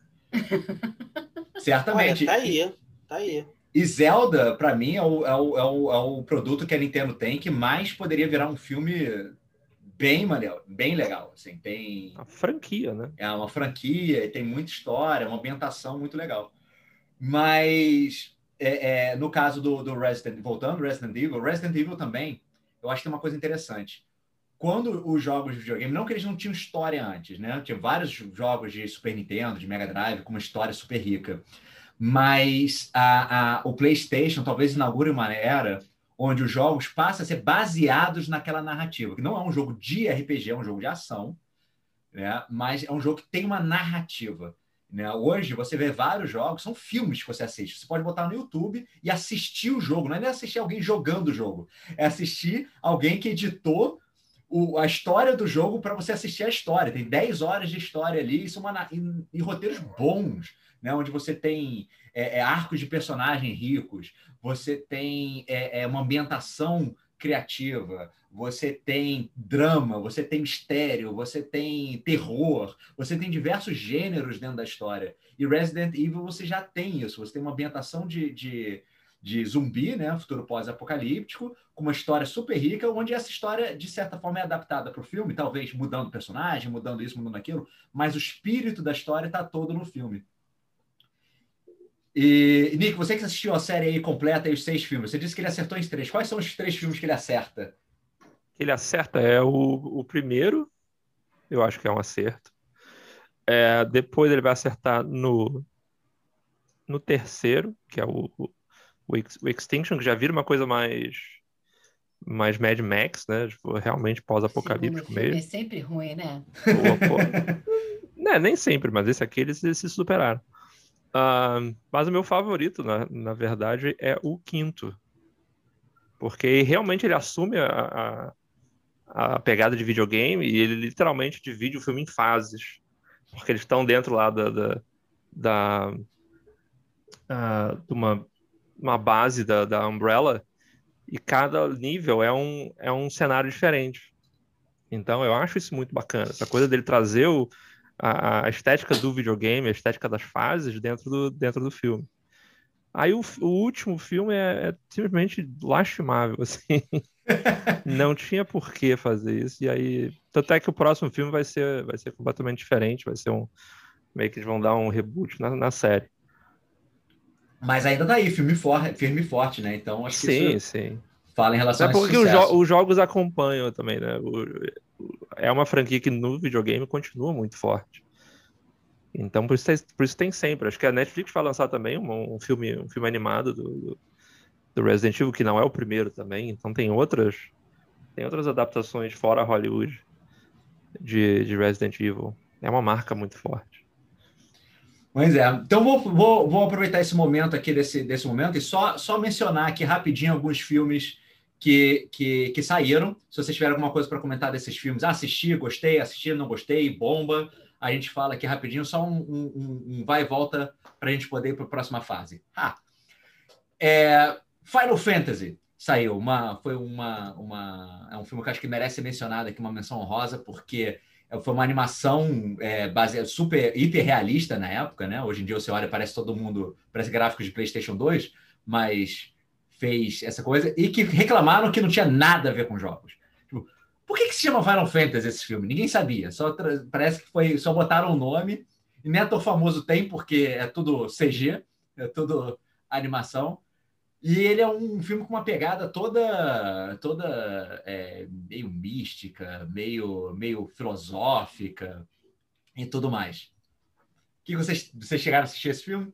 Certamente. Olha, tá aí, tá aí. E Zelda, para mim, é o, é, o, é, o, é o produto que a Nintendo tem que mais poderia virar um filme bem maneiro, bem legal. Assim, tem... A franquia, né? É uma franquia, tem muita história, uma ambientação muito legal. Mas, é, é, no caso do, do Resident, voltando Resident Evil, Resident Evil também, eu acho que tem uma coisa interessante. Quando os jogos de videogame, não que eles não tinham história antes, né? Tinha vários jogos de Super Nintendo, de Mega Drive, com uma história super rica. Mas a, a, o PlayStation talvez inaugure uma era onde os jogos passam a ser baseados naquela narrativa, que não é um jogo de R P G, é um jogo de ação, né? Mas é um jogo que tem uma narrativa. Né? Hoje você vê vários jogos, são filmes que você assiste. Você pode botar no YouTube e assistir o jogo, não é nem assistir alguém jogando o jogo, é assistir alguém que editou o, a história do jogo para você assistir a história. Tem dez horas de história ali, isso é uma, em, em roteiros bons. Né, onde você tem é, é, arcos de personagem ricos, você tem é, é, uma ambientação criativa, você tem drama, você tem mistério, você tem terror, você tem diversos gêneros dentro da história. E Resident Evil você já tem isso, você tem uma ambientação de, de, de zumbi, né, futuro pós-apocalíptico, com uma história super rica, onde essa história, de certa forma, é adaptada para o filme, talvez mudando personagem, mudando isso, mudando aquilo, mas o espírito da história está todo no filme. E, Nick, você que assistiu a série aí completa e os seis filmes, você disse que ele acertou em três. Quais são os três filmes que ele acerta? Ele acerta é o, o primeiro, eu acho que é um acerto. É, depois ele vai acertar no no terceiro, que é o, o, o Ex- o Extinction, que já vira uma coisa mais, mais Mad Max, né? Tipo, realmente O segundo pós-apocalíptico filme é mesmo. sempre ruim, né? Pô, pô. Né, nem sempre, mas esse aqui eles, eles se superaram. Ah, mas o meu favorito, na, na verdade, é o quinto. Porque realmente ele assume a, a, a pegada de videogame e ele literalmente divide o filme em fases. Porque eles estão dentro lá da, da, da, ah, de uma, uma base da, da Umbrella e cada nível é um, é um cenário diferente. Então eu acho isso muito bacana. Essa coisa dele trazer o, a, a estética do videogame, a estética das fases dentro do, dentro do filme. Aí o, o último filme é, é simplesmente lastimável, assim. Não tinha por que fazer isso. E aí, tanto é que o próximo filme vai ser, vai ser completamente diferente. Vai ser um meio que eles vão dar um reboot na, na série. Mas ainda tá aí, filme for, firme e forte, né? Então acho que Sim, isso sim. fala em relação É a esse porque os, jo- sucesso. os jogos acompanham também, né? O- o- é uma franquia que no videogame continua muito forte. Então, por isso, tem, por isso tem sempre. Acho que a Netflix vai lançar também um, um filme, um filme animado do, do, do Resident Evil, que não é o primeiro também. Então tem outras, tem outras adaptações fora Hollywood de, de Resident Evil. É uma marca muito forte. Pois é. Então vou, vou, vou aproveitar esse momento aqui, desse, desse momento, e só, só mencionar aqui rapidinho alguns filmes que, que, que saíram. Se vocês tiverem alguma coisa para comentar desses filmes, ah, assisti, gostei, assisti, não gostei, bomba. A gente fala aqui rapidinho, só um, um, um vai e volta para a gente poder ir para a próxima fase. Ah, é, Final Fantasy saiu. Uma, foi uma, uma, é um filme que eu acho que merece ser mencionado aqui, uma menção honrosa, porque foi uma animação é, baseada, super, hiper realista na época, né? Hoje em dia você olha, parece todo mundo, parece gráficos de PlayStation dois, mas fez essa coisa, e que reclamaram que não tinha nada a ver com jogos. Tipo, por que, que se chama Final Fantasy esse filme? Ninguém sabia. Só tra- parece que foi, só botaram o nome, e nem ator famoso tem, porque é tudo C G, é tudo animação. E ele é um filme com uma pegada toda, toda é, meio mística, meio, meio filosófica e tudo mais. Que vocês, vocês chegaram a assistir esse filme?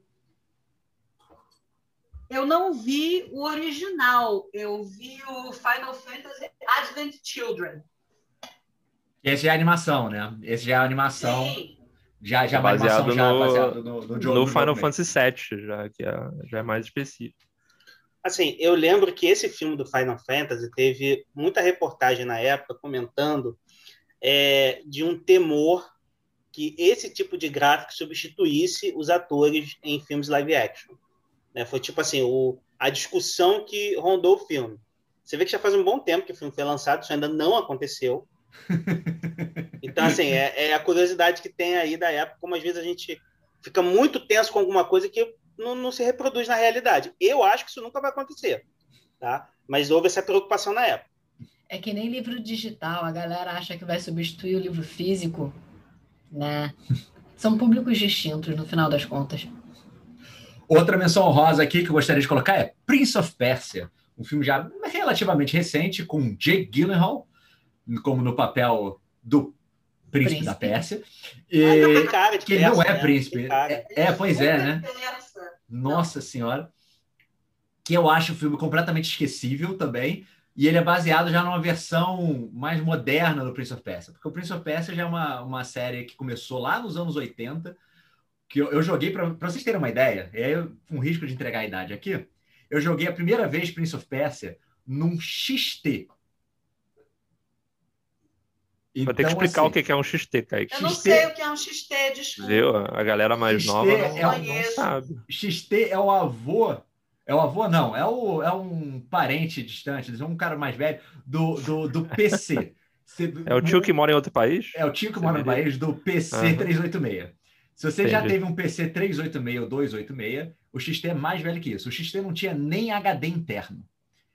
Eu não vi o original, eu vi o Final Fantasy Advent Children. Esse já é animação, né? Esse já é animação. Sim. Já, já é É uma animação baseado já no- baseado no, no jogo. No no Final jogo mesmo. Fantasy sete, já, que é, já é mais específico. Assim, eu lembro que esse filme do Final Fantasy teve muita reportagem na época comentando é, de um temor que esse tipo de gráfico substituísse os atores em filmes live action. Né? Foi tipo assim, o, a discussão que rondou o filme. Você vê que já faz um bom tempo que o filme foi lançado, isso ainda não aconteceu. Então, assim, é, é a curiosidade que tem aí da época, como às vezes a gente fica muito tenso com alguma coisa que não, não se reproduz na realidade. Eu acho que isso nunca vai acontecer, tá? Mas houve essa preocupação na época. É que nem livro digital, a galera acha que vai substituir o livro físico, né? São públicos distintos, no final das contas. Outra menção honrosa aqui que eu gostaria de colocar é Prince of Persia, um filme já relativamente recente, com Jake Gyllenhaal, como no papel do príncipe, Príncipe. da Pérsia. Ainda E, tem cara de que ele não peça, é né? príncipe. Tem cara. É, é, pois é, né? Peça. Nossa Senhora. Que eu acho o filme completamente esquecível também. E ele é baseado já numa versão mais moderna do Prince of Persia. Porque o Prince of Persia já é uma, uma série que começou lá nos anos oitenta, que eu, eu joguei, para vocês terem uma ideia, e aí eu, com risco de entregar a idade aqui, eu joguei a primeira vez Prince of Persia num X T. Vou ter que explicar assim, o que é um X T, Kaique. Eu não X T sei o que é um X T, desculpa. Viu? A galera mais X T nova não, é não, um- não Conheço. sabe. X T é o avô. É o avô, não. É, o, é um parente distante, é um cara mais velho do, do, do P C. É o tio que mora em outro país? É o tio que Você mora no diria? país do P C Aham. trezentos e oitenta e seis. Se você já Entendi. teve um P C trezentos e oitenta e seis ou duzentos e oitenta e seis, o X T é mais velho que isso. O X T não tinha nem H D interno.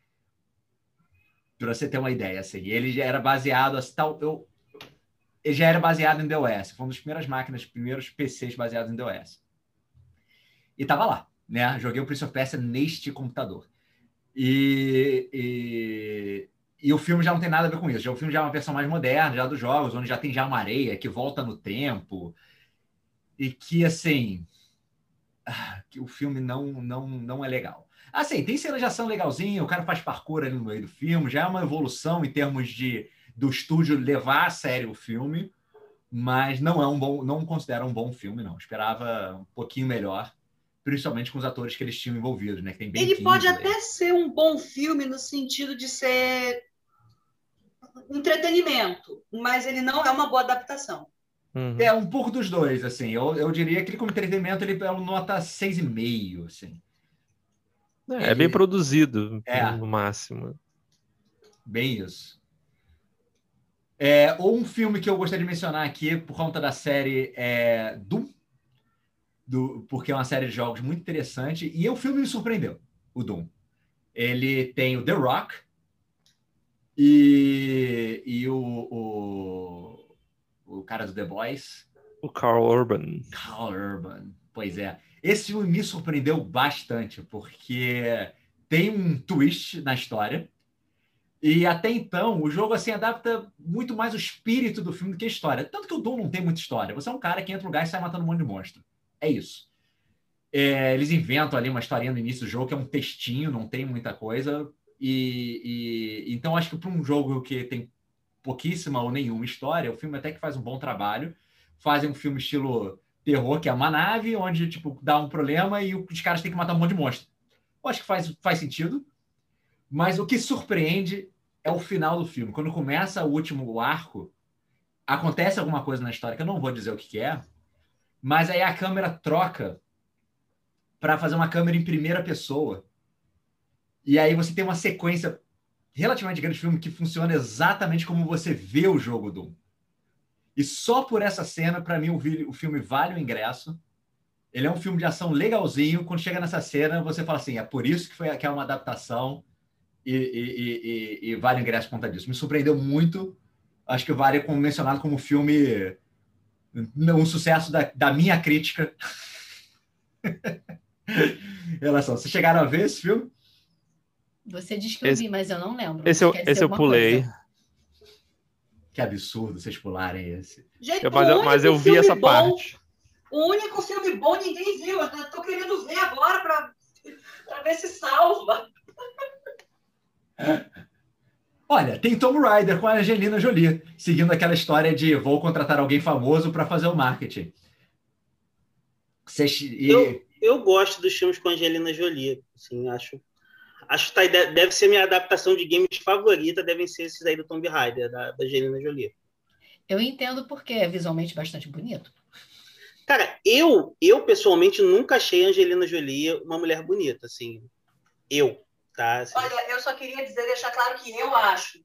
Para você ter uma ideia, assim. Ele já era baseado assim, tal, eu, ele já era baseado em DOS. Foi uma das primeiras máquinas, primeiros P Cs baseados em DOS. E tava lá, né? Joguei o Prince of Persia neste computador. E, e, e o filme já não tem nada a ver com isso. Já, o filme já é uma versão mais moderna, já dos jogos, onde já tem já uma areia que volta no tempo. E que, assim... ah, que o filme não, não, não é legal. Assim, tem cena de ação legalzinha, o cara faz parkour ali no meio do filme, já é uma evolução em termos de do estúdio levar a sério o filme, mas não é um bom, não considero um bom filme, não. Esperava um pouquinho melhor, principalmente com os atores que eles tinham envolvidos, né? Que tem Ben Ele pode Kingsley. até ser um bom filme no sentido de ser entretenimento, mas ele não é uma boa adaptação. Uhum. É um pouco dos dois, assim. Eu, eu diria que ele, como entretenimento, ele é uma nota seis e meio, assim. É, Ele- é bem produzido, É. no máximo. Bem isso. É, ou um filme que eu gostaria de mencionar aqui, por conta da série é Doom, do, porque é uma série de jogos muito interessante, e o filme me surpreendeu, o Doom. Ele tem o The Rock e, e o, o, o cara do The Boys, O Carl Urban. Carl Urban. Pois é. Esse filme me surpreendeu bastante, porque tem um twist na história. E até então, o jogo assim adapta muito mais o espírito do filme do que a história. Tanto que o Doom não tem muita história. Você é um cara que entra no lugar e sai matando um monte de monstro. É isso. É, eles inventam ali uma historinha no início do jogo, que é um textinho, não tem muita coisa. E, e então acho que para um jogo que tem pouquíssima ou nenhuma história, o filme até que faz um bom trabalho. Fazem um filme estilo terror, que é uma nave, onde tipo, dá um problema e os caras têm que matar um monte de monstro. Eu acho que faz, faz sentido. Mas o que surpreende é o final do filme. Quando começa o último arco, acontece alguma coisa na história, que eu não vou dizer o que que é, mas aí a câmera troca para fazer uma câmera em primeira pessoa. E aí você tem uma sequência relativamente grande de filme que funciona exatamente como você vê o jogo Doom. E só por essa cena, para mim, o, vi- o filme vale o ingresso. Ele é um filme de ação legalzinho. Quando chega nessa cena, você fala assim, é por isso que, foi, que é uma adaptação e, e, e, e, e vale o ingresso por conta disso. Me surpreendeu muito. Acho que vale como mencionado como filme um sucesso da, da minha crítica. Em relação. Vocês chegaram a ver esse filme? Você diz que eu Esse- vi, mas eu não lembro. Esse eu, Quer dizer esse eu alguma pulei. coisa. Que absurdo vocês pularem esse. Gente, Eu- mas, eu, o mas eu único vi filme essa bom- parte. O único filme bom ninguém viu. Eu tô querendo ver agora para ver se salva. Olha, tem Tomb Raider com a Angelina Jolie, seguindo aquela história de vou contratar alguém famoso para fazer o marketing. Vocês- e- Eu, eu gosto dos filmes com a Angelina Jolie. Assim, acho, acho que tá, de- deve ser minha adaptação de games favorita, devem ser esses aí do Tomb Raider, da, da Angelina Jolie. Eu entendo porque é visualmente bastante bonito. Cara, eu, eu pessoalmente nunca achei a Angelina Jolie uma mulher bonita, assim. Eu, tá? Assim, Olha, eu só queria dizer, deixar claro que eu acho.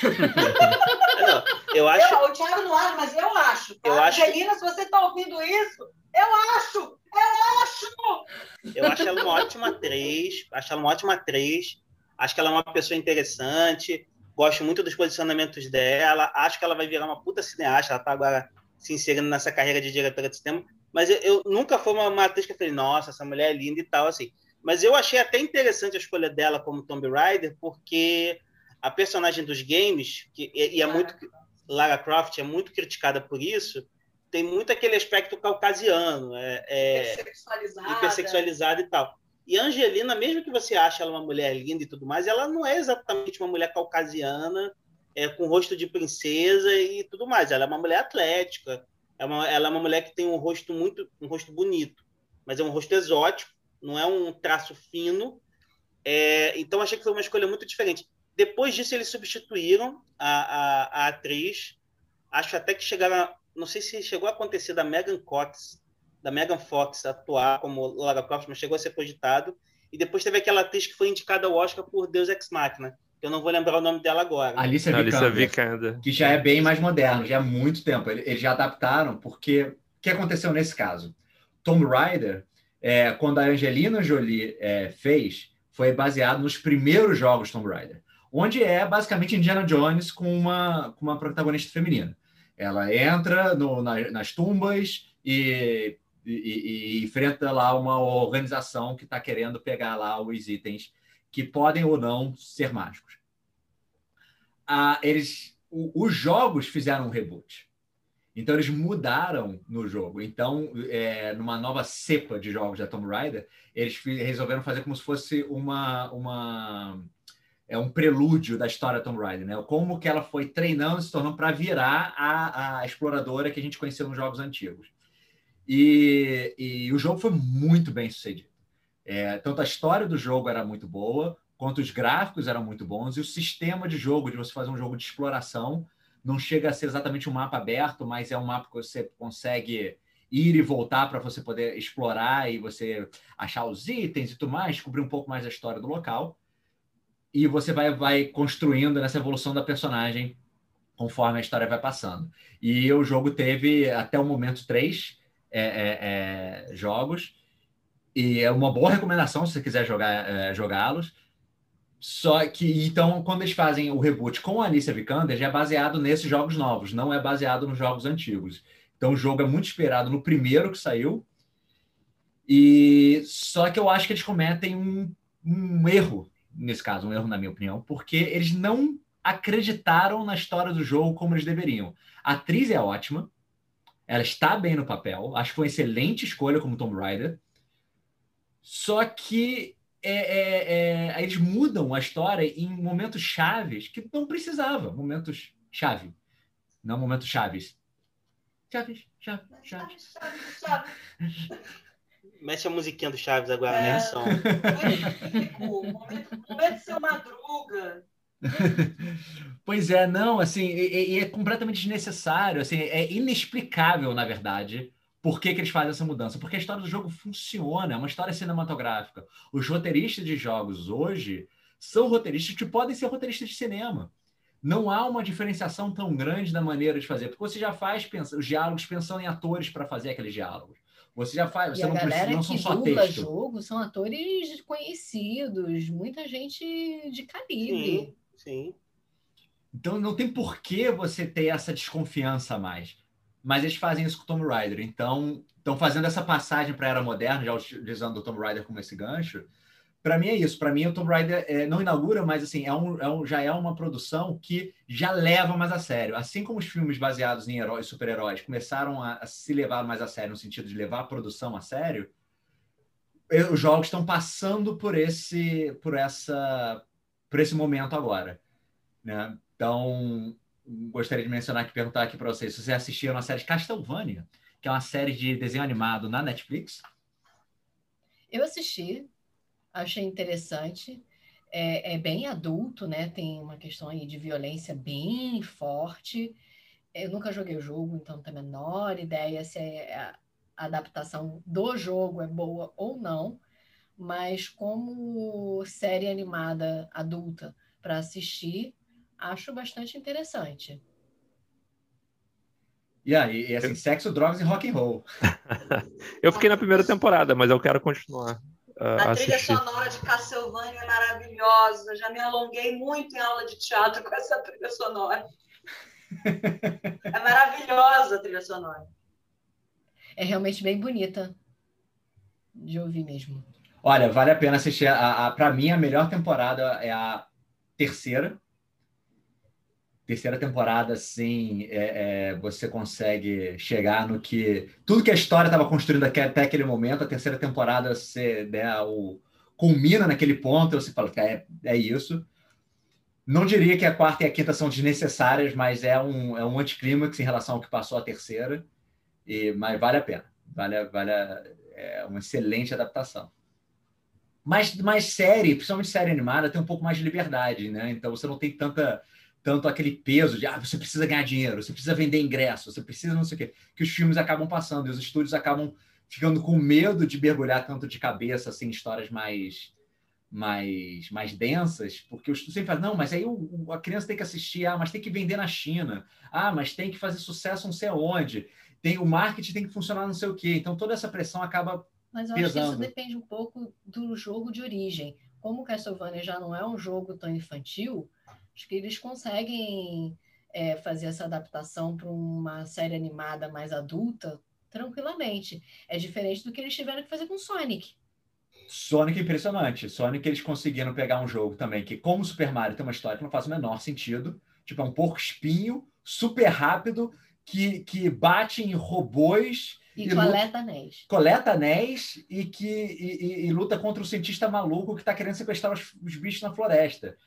não, eu acho. Eu, o Thiago não acha, mas eu acho. Tá? Eu acho- Angelina, se você está ouvindo isso, eu acho! Eu acho! Eu acho ela uma ótima atriz, acho ela uma ótima atriz, acho que ela é uma pessoa interessante, gosto muito dos posicionamentos dela, acho que ela vai virar uma puta cineasta, ela tá agora se inserindo nessa carreira de diretora de cinema, mas eu, eu nunca fui uma, uma atriz que eu falei, nossa, essa mulher é linda e tal, assim. Mas eu achei até interessante a escolha dela como Tomb Raider, porque a personagem dos games, que, e, e é muito, Lara Croft é muito criticada por isso, tem muito aquele aspecto caucasiano, é, é, Hipersexualizada. hipersexualizada e tal. E a Angelina, mesmo que você ache ela uma mulher linda e tudo mais, ela não é exatamente uma mulher caucasiana, é, com rosto de princesa e tudo mais. Ela é uma mulher atlética, é uma, ela é uma mulher que tem um rosto muito, um rosto bonito, mas é um rosto exótico, não é um traço fino. É, então achei que foi uma escolha muito diferente. Depois disso, eles substituíram a, a, a atriz. Acho até que chegaram a, não sei se chegou a acontecer da Megan Fox, da Megan Fox atuar como Lara Croft, mas chegou a ser cogitado. E depois teve aquela atriz que foi indicada ao Oscar por Deus Ex Machina, que eu não vou lembrar o nome dela agora. Alicia Alicia Vikander, Vikander. que já é bem mais moderno, já há muito tempo. Eles já adaptaram, porque o que aconteceu nesse caso? Tomb Raider, é, quando a Angelina Jolie é, fez, foi baseado nos primeiros jogos Tomb Raider, onde é basicamente Indiana Jones com uma, com uma protagonista feminina. Ela entra no, na, nas tumbas e, e, e, e enfrenta lá uma organização que está querendo pegar lá os itens que podem ou não ser mágicos. Ah, eles, o, os jogos fizeram um reboot. Então, eles mudaram no jogo. Então, é, numa nova cepa de jogos da Tomb Raider, eles resolveram fazer como se fosse uma, uma, é um prelúdio da história da Tomb Raider, né? Como que ela foi treinando, se tornando para virar a, a exploradora que a gente conheceu nos jogos antigos. E, e o jogo foi muito bem sucedido. É, tanto a história do jogo era muito boa, quanto os gráficos eram muito bons, e o sistema de jogo, de você fazer um jogo de exploração, não chega a ser exatamente um mapa aberto, mas é um mapa que você consegue ir e voltar para você poder explorar e você achar os itens e tudo mais, descobrir um pouco mais da história do local. E você vai, vai construindo nessa evolução da personagem conforme a história vai passando. E o jogo teve, até o momento, três é, é, é, jogos. E é uma boa recomendação se você quiser jogar, é, jogá-los. Só que, então, quando eles fazem o reboot com a Alicia Vikander, já é baseado nesses jogos novos, não é baseado nos jogos antigos. Então, o jogo é muito inspirado no primeiro que saiu. E só que eu acho que eles cometem um, um erro, nesse caso, um erro na minha opinião, porque eles não acreditaram na história do jogo como eles deveriam. A atriz é ótima, ela está bem no papel, acho que foi uma excelente escolha como Tomb Raider. Só que É, é, é, eles mudam a história em momentos chaves que não precisava. Momentos chave. Não momentos chaves. Chaves, chaves, chaves. Chaves, Chaves. Mexe a musiquinha do Chaves agora, É. né? Som. Momento, momento seu Madruga. Pois é, não, assim, e, e é completamente desnecessário, assim, é inexplicável, na verdade, por que, que eles fazem essa mudança. Porque a história do jogo funciona, é uma história cinematográfica. Os roteiristas de jogos hoje são roteiristas que podem ser roteiristas de cinema. Não há uma diferenciação tão grande da maneira de fazer, porque você já faz pensa, os diálogos pensando em atores para fazer aqueles diálogos. Você já faz, E você a não precisa, galera não são que só dubla texto. jogo são atores conhecidos, muita gente de calibre. Sim, sim. Então não tem por que você ter essa desconfiança a mais. Mas eles fazem isso com o Tomb Raider. Então, estão fazendo essa passagem para a era moderna, já utilizando o Tomb Raider como esse gancho. Para mim é isso. Para mim, o Tomb Raider é, não inaugura, mas assim, é um, é um, já é uma produção que já leva mais a sério. Assim como os filmes baseados em heróis, super-heróis começaram a, a se levar mais a sério, no sentido de levar a produção a sério, os jogos estão passando por esse, por essa, por esse momento agora, né? Então, gostaria de mencionar aqui, perguntar aqui para vocês se vocês assistiram a série Castlevania, que é uma série de desenho animado na Netflix. Eu assisti, achei interessante. É, é bem adulto, né? Tem uma questão aí de violência bem forte. Eu nunca joguei o jogo, então não tenho a menor ideia se a adaptação do jogo é boa ou não. Mas como série animada adulta para assistir, acho bastante interessante. E aí, e assim, sexo, drogas e rock and roll. Eu fiquei na primeira temporada, mas eu quero continuar uh, A trilha assistir. sonora de Castlevania é maravilhosa. Já me alonguei muito em aula de teatro com essa trilha sonora. É maravilhosa a trilha sonora. É realmente bem bonita de ouvir mesmo. Olha, vale a pena assistir. A, a, para mim, a melhor temporada é a terceira. Terceira temporada, assim, é, é, você consegue chegar no que... Tudo que a história estava construindo até, até aquele momento, a terceira temporada você, né, o, culmina naquele ponto, e você fala, é, é isso. Não diria que a quarta e a quinta são desnecessárias, mas é um, é um anticlímax em relação ao que passou a terceira. E, mas vale a pena. Vale, vale a, é uma excelente adaptação. Mas, mas série, principalmente série animada, tem um pouco mais de liberdade, né? Então você não tem tanta... tanto aquele peso de, ah, você precisa ganhar dinheiro, você precisa vender ingresso, você precisa não sei o quê, que os filmes acabam passando, e os estúdios acabam ficando com medo de mergulhar tanto de cabeça, assim, histórias mais, mais, mais densas, porque os estúdios sempre falam, não, mas aí o, a criança tem que assistir, ah, mas tem que vender na China, ah, mas tem que fazer sucesso não sei aonde, tem, o marketing tem que funcionar não sei o quê, então toda essa pressão acaba Mas eu pesando. acho que isso depende um pouco do jogo de origem. Como o Castlevania já não é um jogo tão infantil, acho que eles conseguem é, fazer essa adaptação para uma série animada mais adulta tranquilamente. É diferente do que eles tiveram que fazer com Sonic. Sonic é impressionante. Sonic eles conseguiram pegar um jogo também que, como Super Mario, tem uma história que não faz o menor sentido. Tipo, é um porco espinho, super rápido, que, que bate em robôs E, e coleta anéis. coleta anéis e que e, e- e luta contra o cientista maluco que está querendo sequestrar os, os bichos na floresta.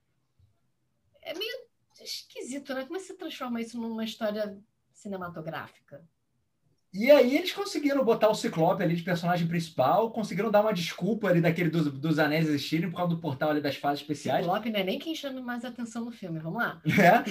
É meio esquisito, né? Como é que você transforma isso numa história cinematográfica? E aí eles conseguiram botar o Ciclope ali de personagem principal, conseguiram dar uma desculpa ali daquele dos, dos anéis existirem por causa do portal ali das fases especiais. Ciclope não é nem quem chama mais atenção no filme. Vamos lá. É.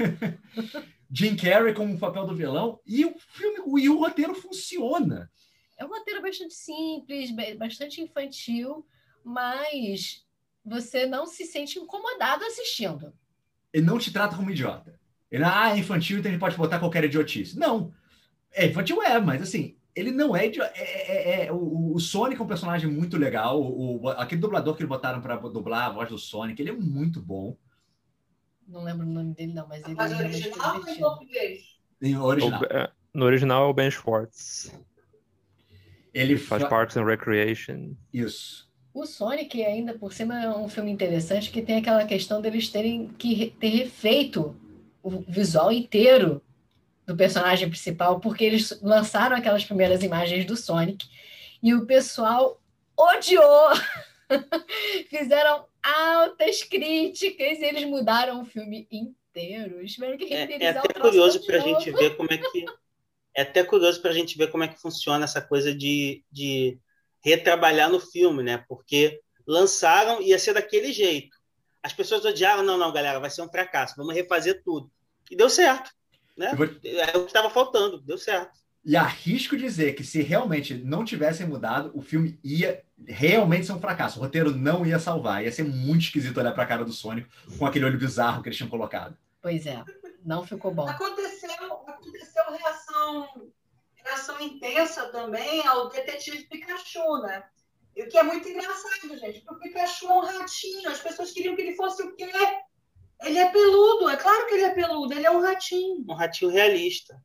Jim Carrey como o papel do vilão. E o filme, e o roteiro funciona. É um roteiro bastante simples, ba- bastante infantil, mas você não se sente incomodado assistindo. Ele não te trata como idiota. Ele, ah, é infantil, então a gente pode botar qualquer idiotice. Não. É infantil, é, mas assim, ele não é idiota. É, é- é- o, o Sonic é um personagem muito legal. O, o- aquele dublador que eles botaram para dublar a voz do Sonic, ele é muito bom. Não lembro o nome dele, não, mas ele Mas é bastante original ou em divertido. português? Em original. O- é, no original é o Ben Schwartz. Ele Faz fa- Parks and Recreation. Isso. O Sonic, ainda por cima, é um filme interessante que tem aquela questão deles terem que re- ter refeito o visual inteiro do personagem principal, porque eles lançaram aquelas primeiras imagens do Sonic e o pessoal odiou. Fizeram altas críticas e eles mudaram o filme inteiro. Tiveram que É, é renderizar até o troço curioso todo de para a gente novo. ver como é que é até curioso para a gente ver como é que funciona essa coisa de, de retrabalhar no filme, né? Porque lançaram e ia ser daquele jeito. As pessoas odiaram, não, não, galera, vai ser um fracasso, vamos refazer tudo. E deu certo, né? Eu vou- É o que estava faltando, deu certo. E arrisco dizer que se realmente não tivessem mudado, o filme ia realmente ser um fracasso. O roteiro não ia salvar. Ia ser muito esquisito olhar para a cara do Sonic com aquele olho bizarro que eles tinham colocado. Pois é, não ficou bom. Aconteceu, aconteceu reação, reação intensa também ao Detetive Pikachu, né? E o que é muito engraçado, gente, porque o Pikachu é um ratinho. As pessoas queriam que ele fosse o quê? Ele é peludo, é claro que ele é peludo, ele é um ratinho. Um ratinho realista.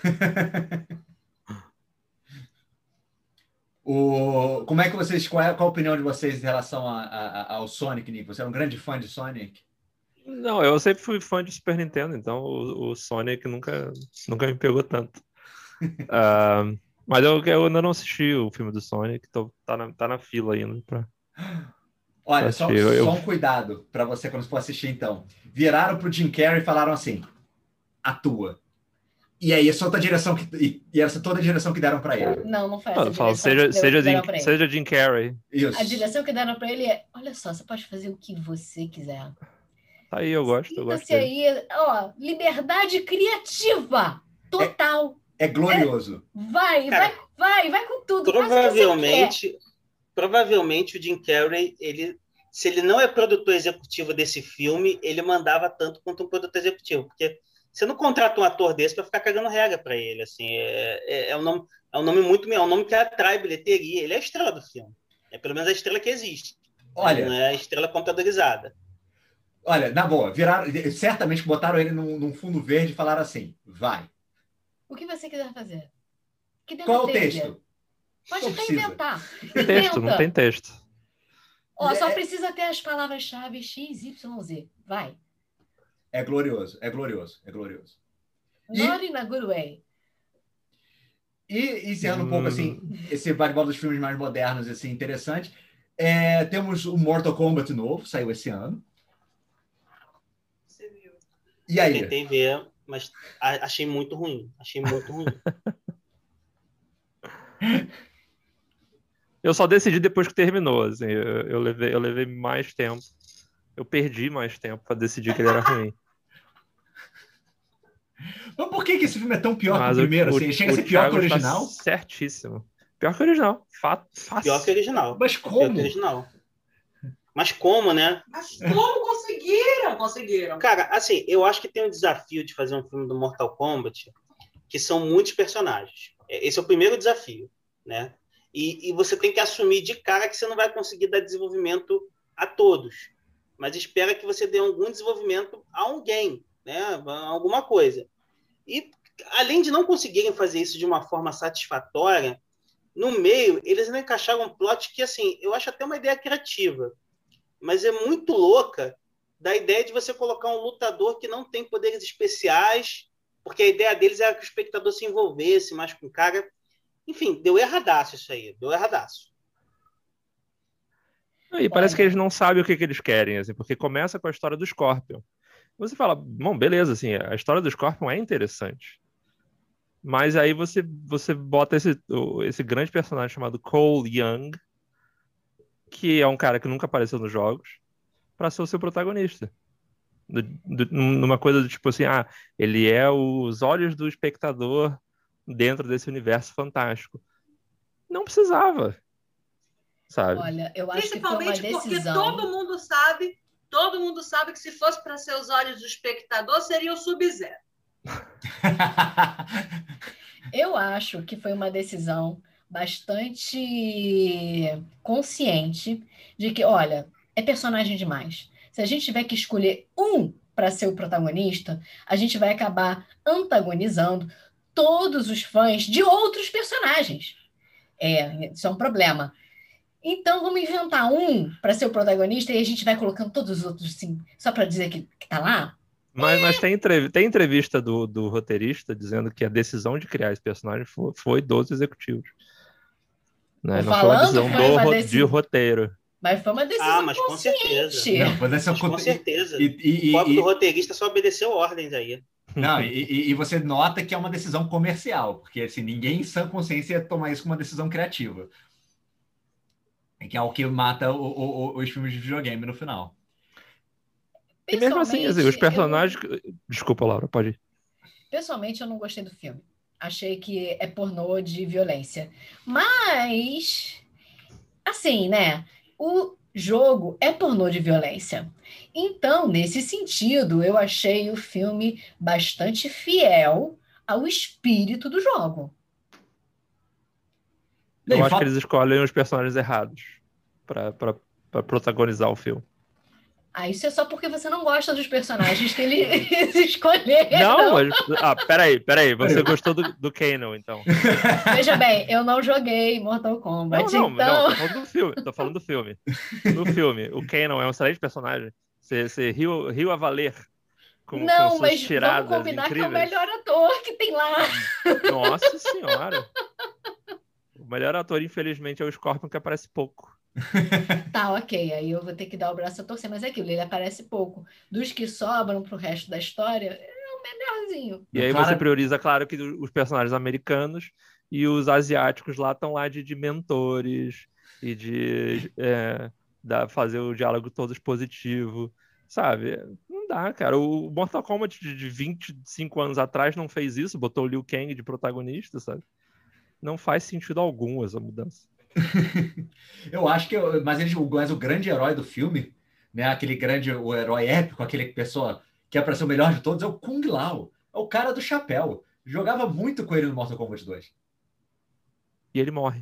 O... Como é que vocês. Qual, é, qual a opinião de vocês em relação a, a- ao Sonic, Nick? Você é um grande fã de Sonic? Não, eu sempre fui fã de Super Nintendo, então o, o Sonic nunca, nunca me pegou tanto. Ah, mas eu, eu ainda não assisti o filme do Sonic, tô, tá, na, tá na fila ainda. Pra... Olha, só, Eu- eu- só um cuidado para você quando for assistir, então. Viraram pro Jim Carrey e falaram assim: atua. E aí, essa outra direção que. E, e essa toda a direção que deram para ele. Não, não foi essa Ah, eu falo, direção seja, que deu- seja, que deram Jim, pra ele. seja Jim Carrey. Isso. A direção que deram para ele é: olha só, você pode fazer o que você quiser. Tá aí, eu gosto, eu gosto Sinta-se dele. aí, ó, liberdade criativa total. É glorioso. Vai, Cara, vai, vai, vai com tudo. Faz o que você quer. Provavelmente, provavelmente o Jim Carrey, ele, se ele não é produtor executivo desse filme, ele mandava tanto quanto um produtor executivo, porque você não contrata um ator desse para ficar cagando regra para ele, assim, é, é, é um nome, é um nome muito, é um nome que atrai bilheteria, ele é a estrela do filme, é pelo menos a estrela que existe, Olha, não é a estrela computadorizada. olha, na boa, viraram, certamente botaram ele num, num fundo verde e falaram assim: vai. O que você quiser fazer. Que dê Qual é na o telha. texto? Pode Não até precisa. inventar. Texto, não Inventa. tem texto. Ó, só É- precisa ter as palavras-chave X, Y, Z. Vai. É glorioso, é glorioso, é glorioso. E- Not in a good way. E encerrando um pouco Hum. assim, esse bate-bola dos filmes mais modernos, assim, interessante. É, temos o Mortal Kombat novo, saiu esse ano. Você viu? E aí? Tentei ver, mas a- achei muito ruim, achei muito ruim. Eu só decidi depois que terminou, assim, eu, eu levei, eu levei mais tempo. Eu perdi mais tempo pra decidir que ele era ruim. Mas por que, que esse filme é tão pior Mas que o primeiro? o, Assim? Ele chega a o ser pior que o Thiago tá original? certíssimo. Pior que o original. Fato, fácil. Pior que o original. Mas Pior como? que o original. Mas como, né? Mas como conseguiram? Conseguiram. Cara, assim, eu acho que tem um desafio de fazer um filme do Mortal Kombat, que são muitos personagens. Esse é o primeiro desafio, né? E, e você tem que assumir de cara que você não vai conseguir dar desenvolvimento a todos, mas espera que você dê algum desenvolvimento a alguém, né? A alguma coisa. E, além de não conseguirem fazer isso de uma forma satisfatória, no meio, eles ainda encaixaram um plot que, assim, eu acho até uma ideia criativa, mas é muito louca da ideia de você colocar um lutador que não tem poderes especiais, porque a ideia deles era que o espectador se envolvesse mais com o cara. Enfim, deu erradaço isso aí, deu erradaço. E parece que eles não sabem o que, que eles querem, assim, porque começa com a história do Scorpion. Você fala, bom, beleza, assim, a história do Scorpion é interessante. Mas aí você, você bota esse, esse grande personagem chamado Cole Young, que é um cara que nunca apareceu nos jogos, para ser o seu protagonista. Do, do, numa coisa do tipo assim, ah, ele é os olhos do espectador dentro desse universo fantástico. Não precisava, sabe? Olha, eu acho que foi uma Principalmente porque decisão. todo mundo sabe, todo mundo sabe que se fosse para ser os olhos do espectador, seria o Sub-Zero. Eu acho que foi uma decisão bastante consciente de que, olha, é personagem demais. Se a gente tiver que escolher um para ser o protagonista, a gente vai acabar antagonizando todos os fãs de outros personagens. É, isso é um problema. Então, vamos inventar um para ser o protagonista e a gente vai colocando todos os outros, assim, só para dizer que, que tá lá? Mas, mas tem, entrev tem entrevista do, do roteirista dizendo que a decisão de criar esse personagem foi, foi dos executivos. Né? Não foi uma decisão do, ro decisão... de roteiro. Mas foi uma decisão Ah, mas com certeza. Não, mas essa mas com certeza. E, e, o pobre e, do roteirista só obedeceu ordens aí. Não, e, e você nota que é uma decisão comercial, porque assim, ninguém em sã consciência ia tomar isso como uma decisão criativa. Que é o que mata o, o, os filmes de videogame no final. E mesmo assim, assim os personagens... Eu... Desculpa, Laura, pode ir. Pessoalmente, eu não gostei do filme. Achei que é pornô de violência. Mas, assim, né? O jogo é pornô de violência. Então, nesse sentido, eu achei o filme bastante fiel ao espírito do jogo. Eu Bem, acho fala... que eles escolhem os personagens errados para protagonizar o filme. Ah, isso é só porque você não gosta dos personagens que eles escolheram. Não, mas... Ah, peraí, peraí. Você gostou do, do Kano, então. Veja bem, eu não joguei Mortal Kombat, não, não, então... Não, tô falando do filme, tô falando do filme. No filme, o Kano é um excelente personagem. Você, você riu, riu a valer com, não, com suas mas tiradas vamos combinar incríveis. Que é o melhor ator que tem lá. Nossa Senhora. O melhor ator, infelizmente, é o Scorpion, que aparece pouco. Tá, ok, aí eu vou ter que dar o braço a torcer, mas é aquilo, ele aparece pouco. Dos que sobram pro resto da história, é o melhorzinho. E aí você prioriza, claro, que os personagens americanos e os asiáticos lá estão lá de, de mentores e de é, da, fazer o diálogo todo expositivo, sabe? Não dá, cara. O Mortal Kombat de, de vinte e cinco anos atrás não fez isso, botou o Liu Kang de protagonista, sabe? Não faz sentido algum essa mudança. Eu acho que, eu, mas, ele, mas o grande herói do filme, né, aquele grande, o herói épico, aquele pessoa que é para ser o melhor de todos, é o Kung Lao, é o cara do chapéu. Jogava muito com ele no Mortal Kombat dois. E ele morre.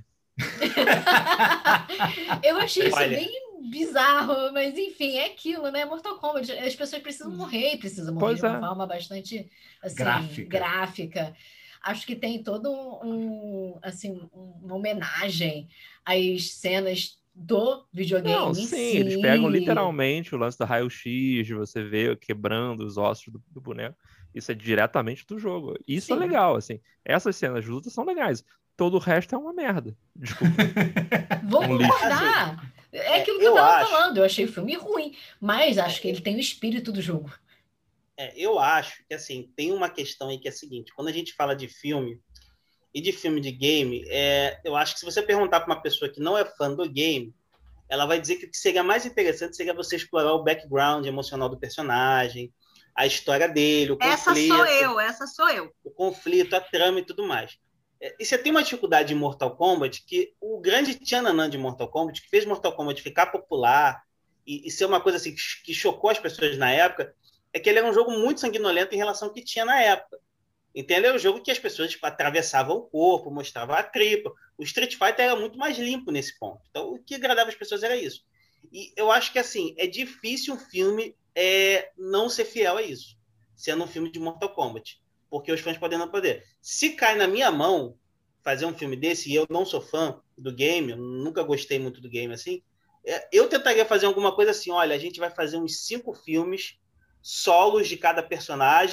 Eu achei isso Olha. bem bizarro, mas enfim, é aquilo, né? Mortal Kombat, as pessoas precisam morrer e precisam morrer Pois de uma é. forma bastante assim, Gráfica. gráfica. Acho que tem todo um, assim, uma homenagem às cenas do videogame Não, em sim, si. eles pegam literalmente o lance do raio-x, de você ver quebrando os ossos do, do boneco. Isso é diretamente do jogo. Isso Sim. é legal, assim. Essas cenas de luta são legais. Todo o resto é uma merda. Desculpa. Vou Um lixo. concordar. É aquilo que Eu eu tava acho. falando. Eu achei o filme ruim, mas acho que ele tem o espírito do jogo. É, eu acho que assim, tem uma questão aí que é a seguinte: quando a gente fala de filme e de filme de game, é, eu acho que se você perguntar para uma pessoa que não é fã do game, ela vai dizer que o que seria mais interessante seria você explorar o background emocional do personagem, a história dele, o Essa conflito. sou eu, essa sou eu. O conflito, a trama e tudo mais. É, e você tem uma dificuldade em Mortal Kombat que o grande tchananã de Mortal Kombat, que fez Mortal Kombat ficar popular e, e ser uma coisa assim que, que chocou as pessoas na época, é que ele era um jogo muito sanguinolento em relação ao que tinha na época. Entendeu? Um jogo que as pessoas tipo, atravessavam o corpo, mostravam a tripa. O Street Fighter era muito mais limpo nesse ponto. Então, o que agradava as pessoas era isso. E eu acho que, assim, é difícil um filme é, não ser fiel a isso, sendo um filme de Mortal Kombat. Porque os fãs podem não poder. Se cai na minha mão fazer um filme desse, e eu não sou fã do game, eu nunca gostei muito do game, assim, é, eu tentaria fazer alguma coisa assim, olha, a gente vai fazer uns cinco filmes solos de cada personagem,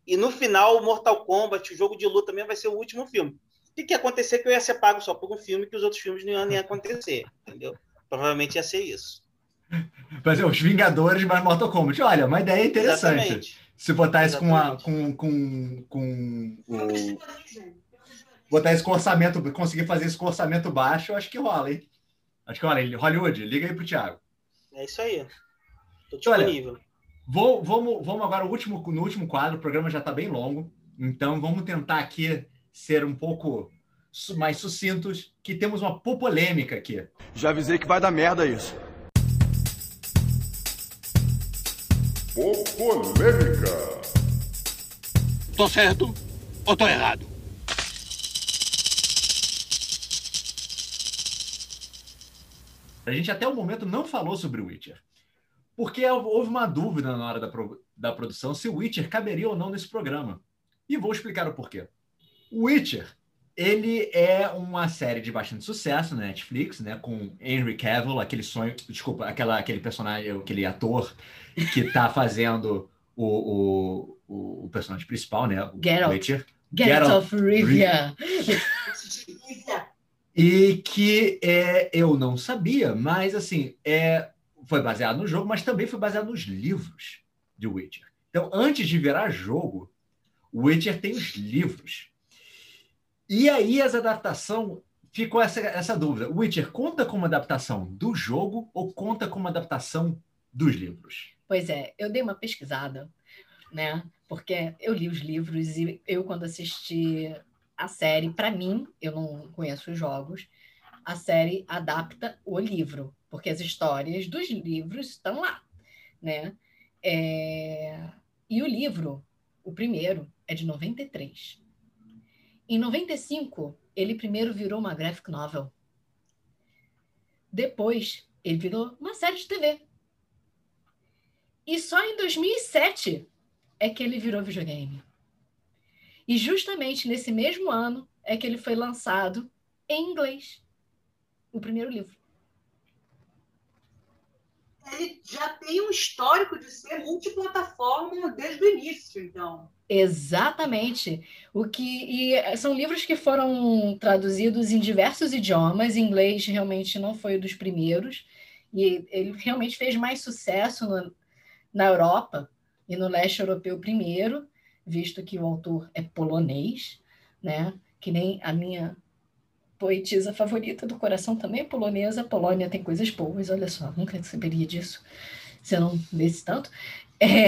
e no final o Mortal Kombat, o jogo de luta mesmo, vai ser o último filme. O que, que ia acontecer que eu ia ser pago só por um filme que os outros filmes não iam nem acontecer, entendeu? Provavelmente ia ser isso. Mas é, os Vingadores mais Mortal Kombat. Olha, uma ideia interessante. Exatamente. Se botar isso com, a, com, com, com o... Botar isso com orçamento, conseguir fazer isso com orçamento baixo, eu acho que rola, hein? Acho que rola. Hollywood, liga aí pro Thiago. É isso aí. Tô disponível. Olha, vou, vamos, vamos agora no último, no último quadro, o programa já está bem longo, então vamos tentar aqui ser um pouco mais sucintos, que temos uma polêmica aqui. Já avisei que vai dar merda isso. Polêmica. Tô certo ou tô errado? A gente até o momento não falou sobre o Witcher, porque houve uma dúvida na hora da, pro, da produção se o Witcher caberia ou não nesse programa. E vou explicar o porquê. O Witcher, ele é uma série de bastante sucesso na Netflix, né, com Henry Cavill, aquele sonho, desculpa, aquela, aquele personagem, aquele ator que está fazendo o, o, o, o personagem principal, né, o Geralt. Witcher. Geralt of Rivia. E que é, eu não sabia, mas assim, é, foi baseado no jogo, mas também foi baseado nos livros de Witcher. Então, antes de virar jogo, o Witcher tem os livros. E aí, essa adaptação, ficou essa, essa dúvida. O Witcher conta como adaptação do jogo ou conta como adaptação dos livros? Pois é, eu dei uma pesquisada, né? Porque eu li os livros e eu, quando assisti a série, para mim, eu não conheço os jogos, a série adapta o livro, porque as histórias dos livros estão lá, né? É... E o livro, o primeiro, é de noventa e três. Em noventa e cinco, ele primeiro virou uma graphic novel. Depois, ele virou uma série de T V. E só em dois mil e sete é que ele virou videogame. E justamente nesse mesmo ano é que ele foi lançado em inglês, o primeiro livro. Ele já tem um histórico de ser multiplataforma desde o início, então. Exatamente. O que, e são livros que foram traduzidos em diversos idiomas. Em inglês realmente não foi um dos primeiros. E ele realmente fez mais sucesso no, na Europa e no leste europeu primeiro, visto que o autor é polonês, né? Que nem a minha poetisa favorita do coração também é polonesa. A Polônia tem coisas boas, olha só, nunca saberia disso se eu não lesse tanto. É...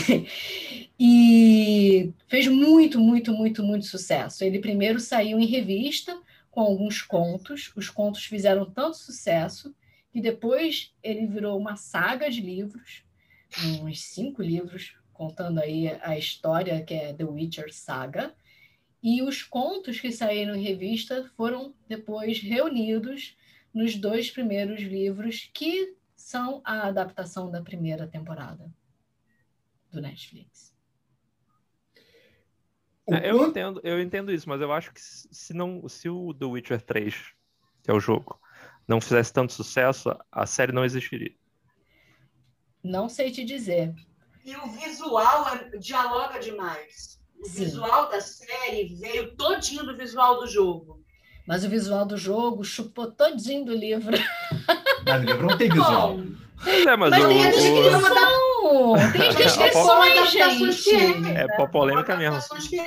E fez muito, muito, muito, muito sucesso. Ele primeiro saiu em revista com alguns contos. Os contos fizeram tanto sucesso que depois ele virou uma saga de livros, uns cinco livros, contando aí a história que é The Witcher Saga. E os contos que saíram em revista foram depois reunidos nos dois primeiros livros, que são a adaptação da primeira temporada do Netflix. É, eu, entendo, eu entendo isso, mas eu acho que se, não, se o The Witcher três, que é o jogo, não fizesse tanto sucesso, a série não existiria. Não sei te dizer. E o visual dialoga demais. O Sim. visual da série veio todinho do visual do jogo. Mas o visual do jogo chupou todinho do livro. Mas o livro não tem visual. Pois é, mas, mas o, tem a o... descrição! Tem as descrições, gente! É pó polêmica mesmo.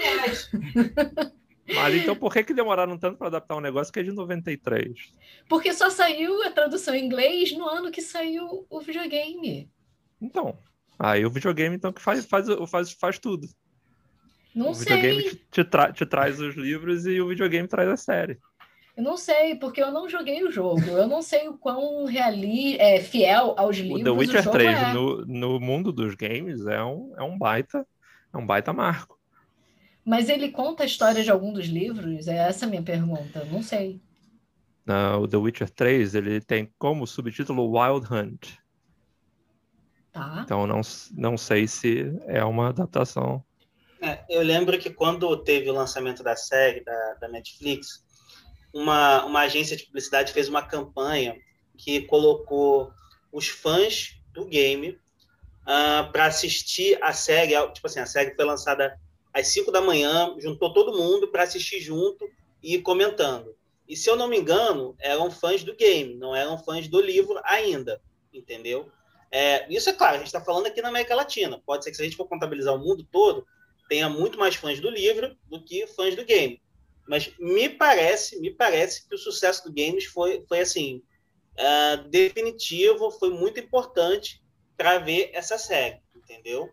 Mas então por que que demoraram tanto para adaptar um negócio que é de noventa e três? Porque só saiu a tradução em inglês no ano que saiu o videogame. Então, aí o videogame então que faz, faz, faz, faz tudo. Não o sei. O videogame te, te, tra, te traz os livros e o videogame traz a série. Eu não sei, porque eu não joguei o jogo. Eu não sei o quão reali, é, fiel aos livros o The Witcher o jogo três é. no, no mundo dos games é um, é um baita é um baita marco. Mas ele conta a história de algum dos livros? É essa a minha pergunta. Não sei. Uh, o The Witcher três ele tem como subtítulo Wild Hunt. Tá. Então não, não sei se é uma adaptação. É, eu lembro que quando teve o lançamento da série da, da Netflix, uma, uma agência de publicidade fez uma campanha que colocou os fãs do game uh, para assistir a série. Tipo assim, a série foi lançada às cinco da manhã, juntou todo mundo para assistir junto e ir comentando. E, se eu não me engano, eram fãs do game, não eram fãs do livro ainda, entendeu? É, isso é claro, a gente está falando aqui na América Latina. Pode ser que, se a gente for contabilizar o mundo todo, tenha muito mais fãs do livro do que fãs do game. Mas me parece, me parece que o sucesso do games foi, foi assim, uh, definitivo, foi muito importante para ver essa série, entendeu?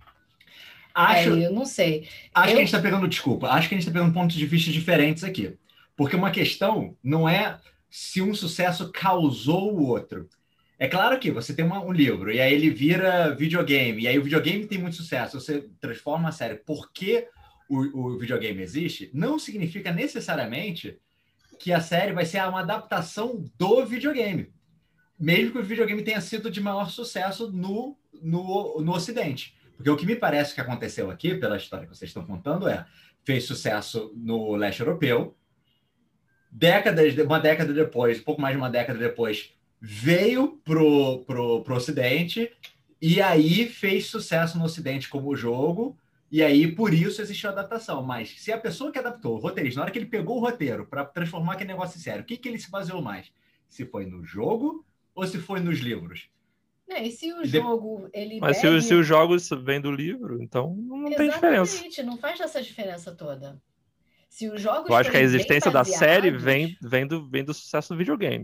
Acho, é, eu não sei. Acho eu... que a gente está pegando, desculpa, acho que a gente está pegando pontos de vista diferentes aqui. Porque uma questão não é se um sucesso causou o outro. É claro que você tem uma, um livro, e aí ele vira videogame, e aí o videogame tem muito sucesso, você transforma a série. Porque o, o videogame existe, não significa necessariamente que a série vai ser uma adaptação do videogame. Mesmo que o videogame tenha sido de maior sucesso no, no, no Ocidente. Porque o que me parece que aconteceu aqui, pela história que vocês estão contando, é fez sucesso no leste europeu, décadas, uma década depois, um pouco mais de uma década depois, veio pro, pro, pro Ocidente, e aí fez sucesso no Ocidente como jogo, e aí por isso existiu a adaptação. Mas se a pessoa que adaptou, o roteirista, na hora que ele pegou o roteiro para transformar aquele negócio em sério, o que, que ele se baseou mais? Se foi no jogo ou se foi nos livros? É, e se o jogo, ele Mas bebe... se, se os jogos vêm do livro, então não Exatamente, tem diferença. Exatamente, não faz essa diferença toda. Se os jogos Eu acho que a forem bem existência da baseados... série vem, vem, do, vem do sucesso do videogame.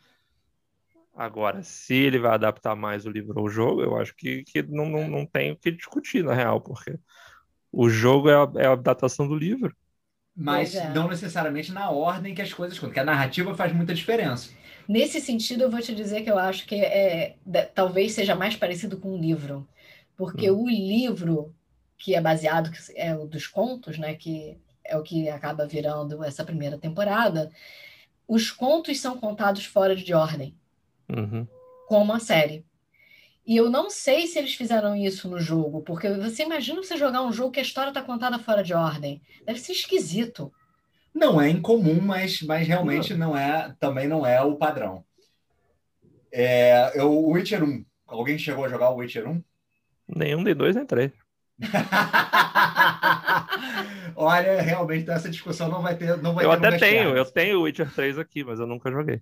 Agora, se ele vai adaptar mais o livro ao jogo, eu acho que, que não, não, não tem o que discutir, na real, porque o jogo é a, é a adaptação do livro. Mas é. não necessariamente na ordem que as coisas contam, porque a narrativa faz muita diferença. Nesse sentido, eu vou te dizer que eu acho que é, é, talvez seja mais parecido com um livro. Porque hum. o livro, que é baseado, que é o dos contos, né, que é o que acaba virando essa primeira temporada, os contos são contados fora de ordem. Uhum. Como a série. E eu não sei se eles fizeram isso no jogo, porque você imagina você jogar um jogo que a história está contada fora de ordem. Deve ser esquisito. Não é incomum, mas, mas realmente não. não é, também não é o padrão. É, eu, o Witcher um. Alguém chegou a jogar o Witcher um? Nenhum de dois nem três. Olha, realmente então essa discussão não vai ter. Não vai eu ter até tenho, eu tenho o Witcher três aqui, mas eu nunca joguei.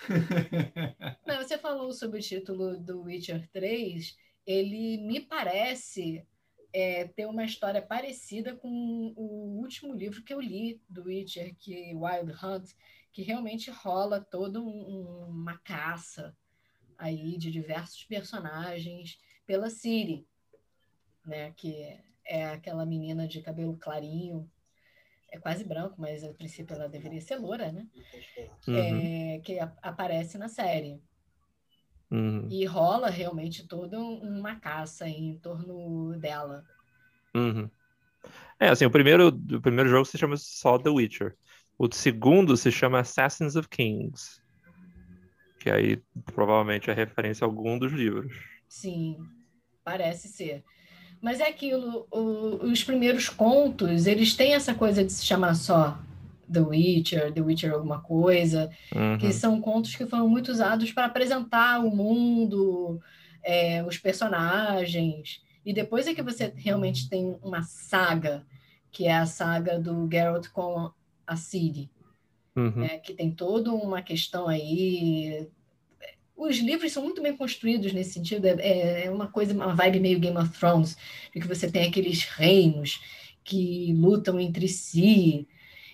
Não, você falou sobre o título do Witcher três, ele me parece é, ter uma história parecida com o último livro que eu li do Witcher, que é Wild Hunt, que realmente rola toda um, uma caça aí de diversos personagens pela Ciri, né, que é aquela menina de cabelo clarinho, é quase branco, mas a princípio ela deveria ser loura, né? Uhum. É, que a, aparece na série. Uhum. E rola realmente toda uma caça em torno dela. Uhum. É, assim, o primeiro, o primeiro jogo se chama só The Witcher. O segundo se chama Assassins of Kings. Que aí provavelmente é referência a algum dos livros. Sim, parece ser. Mas é aquilo, o, os primeiros contos, eles têm essa coisa de se chamar só The Witcher, The Witcher alguma coisa, uhum. que são contos que foram muito usados para apresentar o mundo, é, os personagens, e depois é que você realmente tem uma saga, que é a saga do Geralt com a Ciri, uhum. né, que tem toda uma questão aí... Os livros são muito bem construídos nesse sentido, é, é uma coisa, uma vibe meio Game of Thrones, de que você tem aqueles reinos que lutam entre si,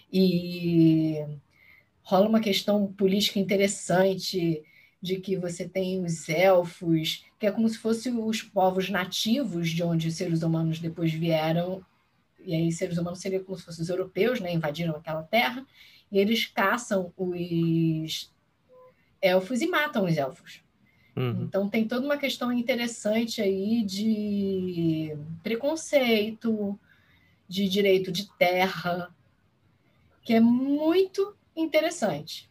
e rola uma questão política interessante de que você tem os elfos, que é como se fossem os povos nativos de onde os seres humanos depois vieram, e aí seres humanos seriam como se fossem os europeus, né, invadiram aquela terra, e eles caçam os elfos e matam os elfos. Uhum. Então tem toda uma questão interessante aí de preconceito, de direito de terra, que é muito interessante.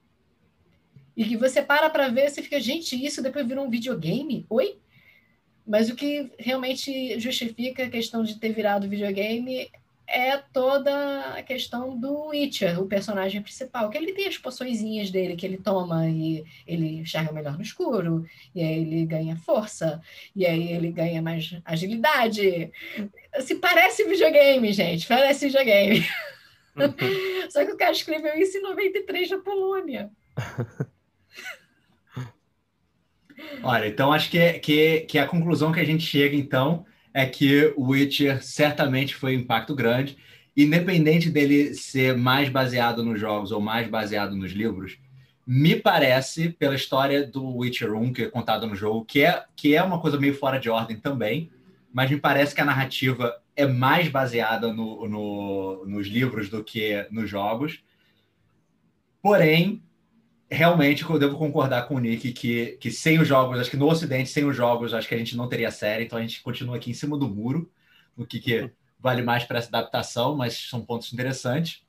E que você para para ver, você fica, gente, isso depois virou um videogame? Oi? Mas o que realmente justifica a questão de ter virado videogame é toda a questão do Witcher, o personagem principal, que ele tem as poçõezinhas dele que ele toma e ele enxerga melhor no escuro, e aí ele ganha força, e aí ele ganha mais agilidade. Se parece videogame, gente, parece videogame. Só que o cara escreveu isso em noventa e três na Polônia. Olha, então acho que, que, que a conclusão que a gente chega, então, é que o Witcher certamente foi um impacto grande, independente dele ser mais baseado nos jogos ou mais baseado nos livros. Me parece, pela história do Witcher um, que é contada no jogo, que é, que é uma coisa meio fora de ordem também, mas me parece que a narrativa é mais baseada no, no, nos livros do que nos jogos. Porém, realmente eu devo concordar com o Nick que, que sem os jogos, acho que no Ocidente, sem os jogos, acho que a gente não teria série, então a gente continua aqui em cima do muro, o que, que vale mais para essa adaptação, mas são pontos interessantes.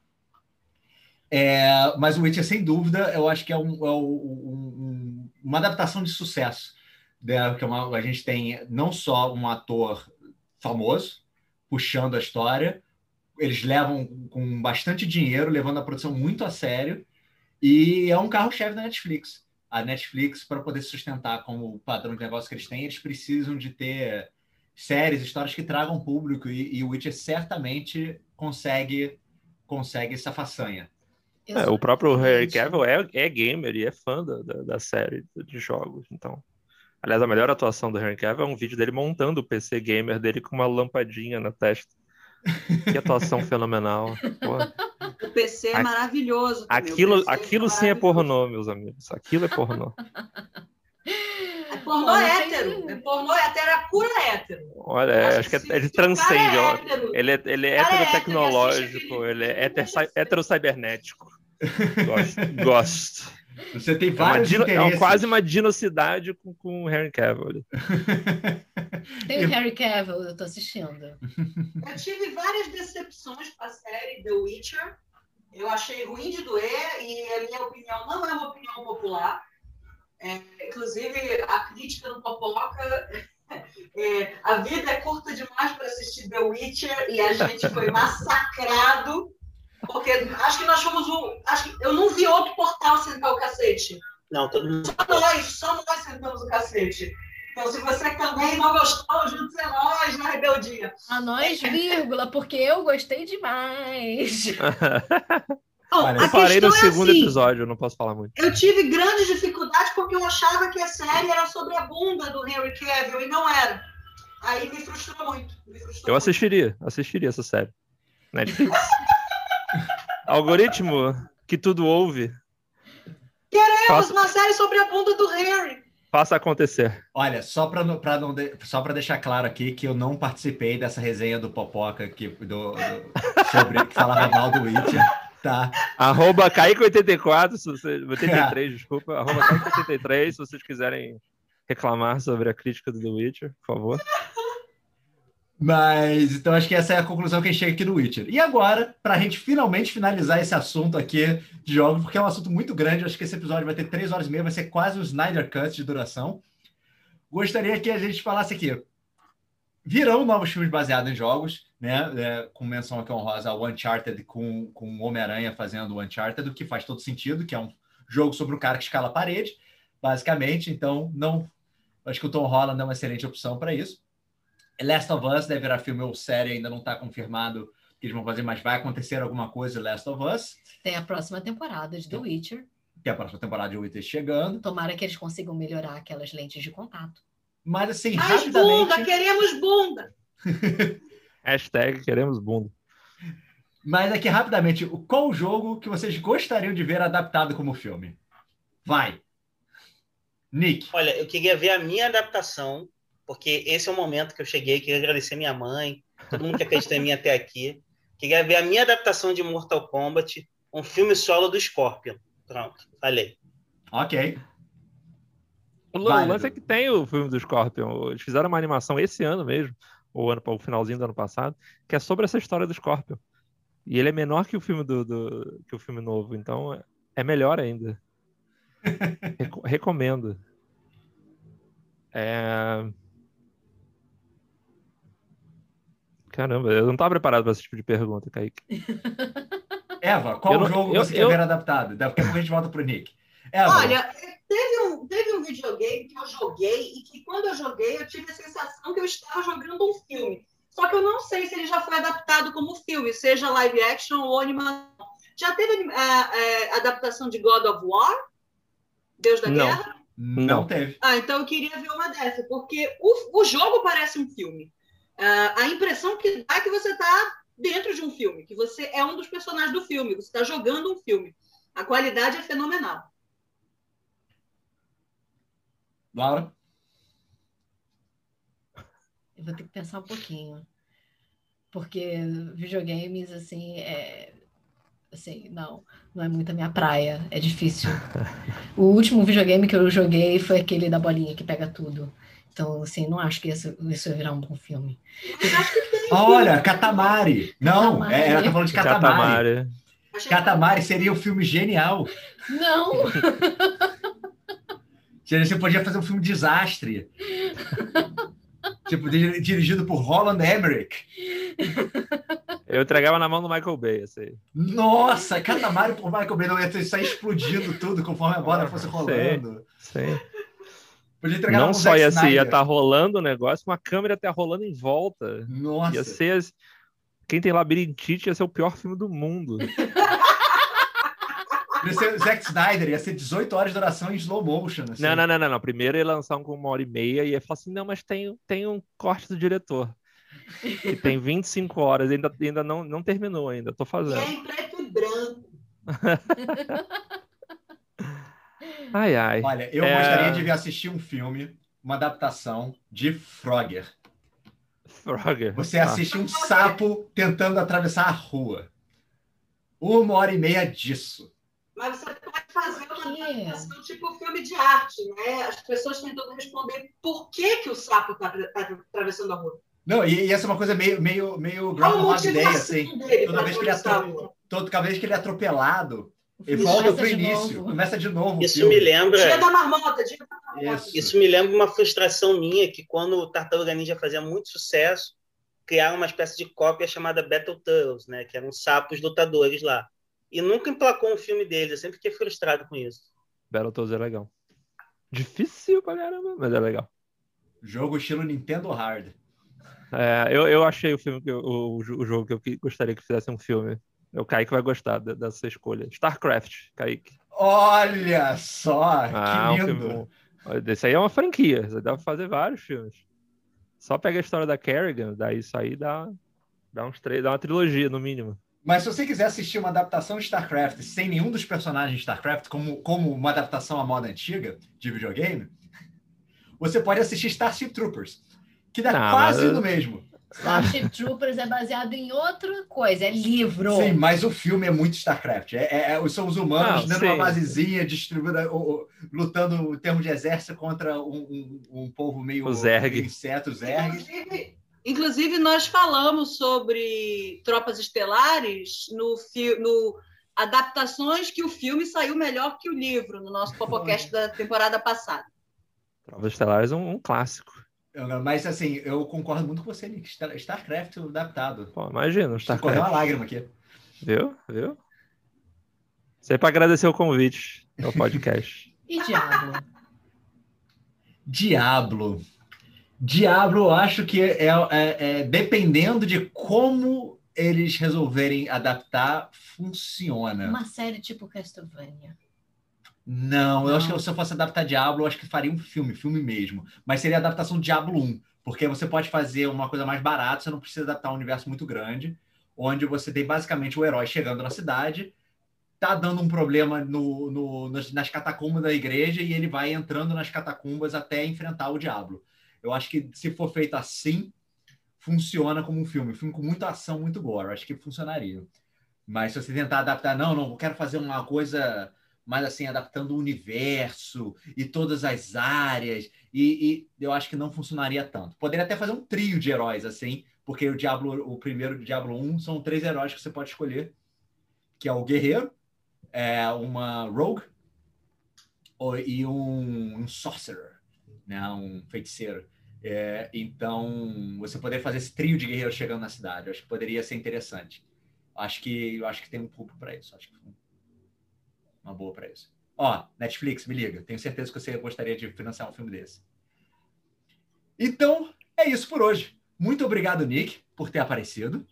É, mas o Witcher, sem dúvida, eu acho que é, um, é um, um, uma adaptação de sucesso, né? Que é uma, a gente tem não só um ator famoso puxando a história, eles levam com bastante dinheiro, levando a produção muito a sério, e é um carro-chefe da Netflix. A Netflix, para poder se sustentar como o padrão de negócio que eles têm, eles precisam de ter séries, histórias que tragam público, e, e o Witcher certamente consegue, consegue essa façanha. É, o próprio Henry Cavill é, é gamer e é fã da, da, da série de jogos, então... Aliás, a melhor atuação do Henry Cavill é um vídeo dele montando o P C gamer dele com uma lampadinha na testa. Que atuação fenomenal. Porra. O P C é maravilhoso. Aquilo, P C aquilo é sim é pornô, meus amigos. Aquilo é pornô. É pornô Olha, hétero. É pornô hétero, é pura hétero. Olha, é, acho que, que ele transcende. É ele é, ele é heterotecnológico, ele é heterocibernético. Gosto. Gosto. Você tem vários é, uma dino, interesses. É quase uma dinocidade com, com o Henry Cavill. Tem o Henry Cavill, eu tô assistindo. Eu tive várias decepções com a série The Witcher. Eu achei ruim de doer e a minha opinião não é uma opinião popular. É, inclusive, a crítica do Popoca... É, a vida é curta demais para assistir The Witcher e a gente foi massacrado. Porque acho que nós fomos o. Acho que eu não vi outro portal sentar o cacete. Não, todo mundo. Só nós, só nós sentamos o cacete. Então, se você também não gostou, junte-se a nós na rebeldia. A nós, vírgula, porque eu gostei demais. Bom, eu parei no é segundo assim, episódio, eu não posso falar muito. Eu tive grandes dificuldades porque eu achava que a série era sobre a bunda do Henry Cavill e não era. Aí me frustrou muito. Me frustrou Eu muito. assistiria, assistiria essa série. Netflix. Algoritmo que tudo ouve. Queremos Faça... uma série sobre a bunda do Harry. Faça acontecer. Olha, só para não de... só para deixar claro aqui que eu não participei dessa resenha do Popoca que, do, do... sobre que falava mal do Witcher, tá? Arroba Kaique oitenta e quatro, se você... oitenta e três, desculpa. Arroba Kaique oitenta e três, se vocês quiserem reclamar sobre a crítica do The Witcher, por favor. Mas, então, acho que essa é a conclusão que a gente chega aqui no Witcher. E agora, para a gente finalmente finalizar esse assunto aqui de jogos, porque é um assunto muito grande, acho que esse episódio vai ter três horas e meia, vai ser quase um Snyder Cut de duração. Gostaria que a gente falasse aqui. Virão novos filmes baseados em jogos, né? É, com menção aqui honrosa ao Uncharted, com, com o Homem-Aranha fazendo o Uncharted, o que faz todo sentido, que é um jogo sobre o cara que escala a parede, basicamente. Então, não, acho que o Tom Holland é uma excelente opção para isso. Last of Us deve virar filme ou série, ainda não está confirmado que eles vão fazer, mas vai acontecer alguma coisa em Last of Us. Tem a próxima temporada de The Witcher. Tem a próxima temporada de The Witcher chegando. Tomara que eles consigam melhorar aquelas lentes de contato. Mas assim, Mais rapidamente... bunda, queremos bunda! Hashtag queremos bunda. Mas aqui, rapidamente, qual o jogo que vocês gostariam de ver adaptado como filme? Vai! Nick. Olha, eu queria ver a minha adaptação, porque esse é o momento que eu cheguei, queria agradecer minha mãe, todo mundo que acreditou em mim até aqui. Queria ver a minha adaptação de Mortal Kombat, um filme solo do Scorpion. Pronto, falei. Ok. O lance é que tem o filme do Scorpion. Eles fizeram uma animação esse ano mesmo, ou ano, o finalzinho do ano passado, que é sobre essa história do Scorpion. E ele é menor que o filme do, do que o filme novo, então é melhor ainda. Reco- recomendo. É... Caramba, eu não tava preparado para esse tipo de pergunta, Kaique. Eva, qual Eu não- jogo eu- você quer eu- ver adaptado? Daqui a pouco a gente volta pro Nick. Eva, Olha, teve um, teve um videogame que eu joguei e que quando eu joguei eu tive a sensação que eu estava jogando um filme. Só que eu não sei se ele já foi adaptado como filme, seja live action ou animação. Já teve a, a adaptação de God of War? Deus da Não. Guerra? não, Não. teve. Ah, então eu queria ver uma dessa, porque o, o jogo parece um filme. Ah, a impressão que dá é que você está dentro de um filme, que você é um dos personagens do filme, você está jogando um filme. A qualidade é fenomenal. Laura? Eu vou ter que pensar um pouquinho. Porque videogames, assim, é... Assim, não, não é muito a minha praia. É difícil. O último videogame que eu joguei foi aquele da bolinha que pega tudo. Então, assim, não acho que isso, isso vai virar um bom filme. Olha, Katamari. Não, Katamari. é, ela tá falando de Katamari. Katamari. Katamari seria um filme genial. Não! Você podia fazer um filme desastre. Tipo, dir- dirigido por Roland Emmerich. Eu entregava na mão do Michael Bay, esse aí. Nossa, Katamari por Michael Bay não ia ter sair explodindo tudo conforme a bola fosse rolando. Sim. Podia entregar Não com o só Zack ia, assim, ia Snyder. estar rolando o negócio, uma câmera até rolando em volta. Nossa. Ia ser... as- Quem tem labirintite ia ser o pior filme do mundo. Ia ser o Zack Snyder, ia ser dezoito horas de duração em slow motion. Assim. Não, não, não, não, não. Primeiro ia lançar um com uma hora e meia e ia falar assim, não, mas tem, tem um corte do diretor. Que tem vinte e cinco horas, ainda, ainda não, não terminou ainda, tô E fazendo. é em preto e branco. Ai, ai. Olha, eu É, gostaria de ver assistir um filme, uma adaptação de Frogger. Frogger. Você Ah, assiste um sapo tentando atravessar a rua. Uma hora e meia disso. Mas você pode fazer uma Que? adaptação tipo filme de arte, né? As pessoas tentando responder por que, que o sapo está atravessando a rua. Não, e, e essa é uma coisa meio, meio, meio Qual a Groundhog Day, motivação assim. dele Toda pra vez que ele é atravessar a atro... rua? Toda cada vez que ele é atropelado, O ele filme volta começa pro de início. novo. Começa de novo. o Isso filme. me lembra. Dia da marmota, dia da marmota. Isso. Isso me lembra uma frustração minha que quando o Tartaruga Ninja fazia muito sucesso, criaram uma espécie de cópia chamada Battletoads, né? Que eram sapos lutadores lá. E nunca emplacou um filme deles. Eu sempre fiquei frustrado com isso. Battletoads é legal. Difícil pra caramba, mas é legal. Jogo estilo Nintendo Hard. É, eu, eu achei o filme que eu- o, o jogo que eu que- gostaria que fizesse um filme. O Kaique vai gostar de- dessa escolha. StarCraft, Kaique. Olha só, Ah, um que lindo. filme. Olha, esse aí é uma franquia. Você dá pra fazer vários filmes. Só pega a história da Kerrigan, daí isso aí dá, dá uns três, dá uma trilogia, no mínimo. Mas se você quiser assistir uma adaptação de StarCraft sem nenhum dos personagens de StarCraft, como, como uma adaptação à moda antiga de videogame, você pode assistir Starship Troopers, que dá Não, quase mas- no mesmo. Starship Troopers é baseado em outra coisa, é livro. Sim, mas o filme é muito StarCraft. É, é- é- são os humanos Não, dentro de uma sim. basezinha, distribuída, o- o- lutando em termos de exército contra um, um- um povo meio, O Zerg. meio inseto, Zerg. Inclusive, inclusive, nós falamos sobre Tropas Estelares no, fi- no adaptações que o filme saiu melhor que o livro, no nosso Popocast da temporada passada. Trovas Estelares é um, um clássico. Mas assim, eu concordo muito com você, Nick. Star- StarCraft adaptado. Pô, imagina, um Estou correndo uma StarCraft. lágrima aqui. Viu? Viu? Isso aí pra agradecer o convite ao podcast. E Diablo? Diablo. Diablo, eu acho que é, é- é- dependendo de como eles resolverem adaptar, funciona. Uma série tipo Castlevania. Não, eu Não. acho que se eu fosse adaptar Diablo, eu acho que faria um filme, filme mesmo. Mas seria a adaptação de Diablo um, porque você pode fazer uma coisa mais barata, você não precisa adaptar um universo muito grande, onde você tem basicamente o herói chegando na cidade, tá dando um problema no, no- nas, nas catacumbas da igreja e ele vai entrando nas catacumbas até enfrentar o Diablo. Eu acho que se for feito assim, funciona como um filme. Um filme com muita ação, muito gore. Eu acho que funcionaria. Mas se você tentar adaptar, não, não, eu quero fazer uma coisa mais assim, adaptando o universo e todas as áreas, e, e eu acho que não funcionaria tanto. Poderia até fazer um trio de heróis, assim, porque o Diablo, o primeiro do Diablo um são três heróis que você pode escolher, que é o guerreiro, é uma rogue ou- e um, um sorcerer, né, um feiticeiro. É, então, você poder fazer esse trio de guerreiros chegando na cidade, eu acho que poderia ser interessante. Acho que, eu acho que tem um público para isso. Acho que uma boa para isso. Ó, Netflix, me liga. Tenho certeza que você gostaria de financiar um filme desse. Então, é isso por hoje. Muito obrigado, Nick, por ter aparecido.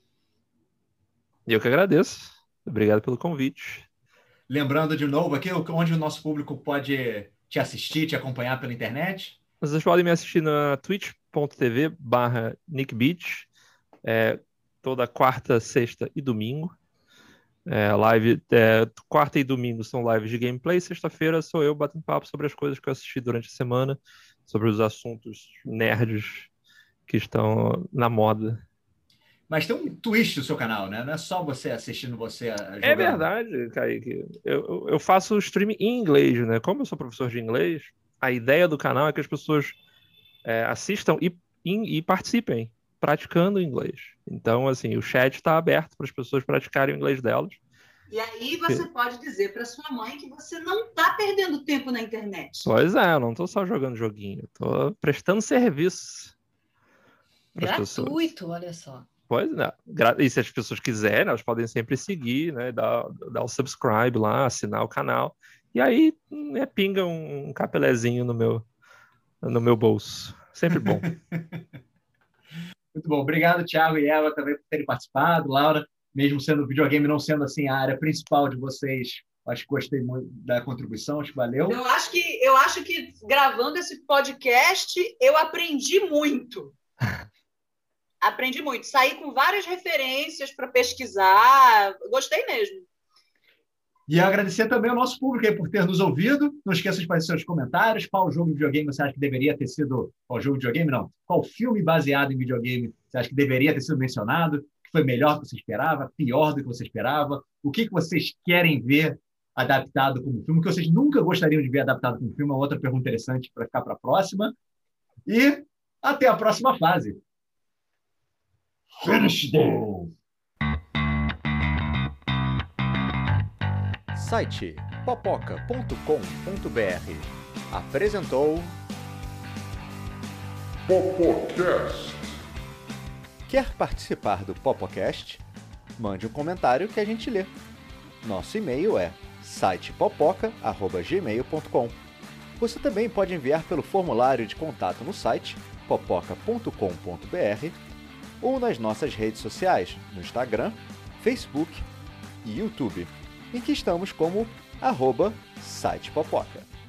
Eu que agradeço. Obrigado pelo convite. Lembrando de novo aqui, onde o nosso público pode te assistir, te acompanhar pela internet. Vocês podem me assistir na twitch.tv barra nickbeach, é, toda quarta, sexta e domingo. É, live, é, quarta e domingo são lives de gameplay, sexta-feira sou eu batendo papo sobre as coisas que eu assisti durante a semana, sobre os assuntos nerds que estão na moda. Mas tem um twist no seu canal, né? Não é só você assistindo você jogando. É verdade, Kaique. Eu, eu faço streaming em inglês, né? Como eu sou professor de inglês, a ideia do canal é que as pessoas é, assistam e, e, e participem, praticando inglês. Então, assim, o chat está aberto para as pessoas praticarem o inglês delas. E aí você Sim. pode dizer para sua mãe que você não está perdendo tempo na internet. Pois é, eu não estou só jogando joguinho, estou prestando serviço. Gratuito, olha só. Pois é. E se as pessoas quiserem, elas podem sempre seguir, né? Dar, dar o subscribe lá, assinar o canal. E aí, né, pinga um, um capelezinho no meu, no meu bolso. Sempre bom. Muito bom. Obrigado, Thiago e Eva, também por terem participado. Laura, mesmo sendo videogame, não sendo assim a área principal de vocês, acho que gostei muito da contribuição, acho que valeu. Eu acho que, eu acho que gravando esse podcast, eu aprendi muito. Aprendi muito. Saí com várias referências para pesquisar. Gostei mesmo. E agradecer também ao nosso público aí por ter nos ouvido. Não esqueça de fazer seus comentários. Qual jogo de videogame você acha que deveria ter sido... Qual jogo de videogame, não. Qual filme baseado em videogame você acha que deveria ter sido mencionado? Que foi melhor do que você esperava? Pior do que você esperava? O que, que vocês querem ver adaptado como filme? O que vocês nunca gostariam de ver adaptado como filme? Uma outra pergunta interessante para ficar para a próxima. E até a próxima fase. Finish them! Site popoca ponto com ponto br apresentou Popocast. Quer participar do Popocast? Mande um comentário que a gente lê. Nosso e-mail é site popoca arroba gmail ponto com. Você também pode enviar pelo formulário de contato no site popoca ponto com ponto br ou nas nossas redes sociais, no Instagram, Facebook e YouTube, em que estamos como arroba site popoca.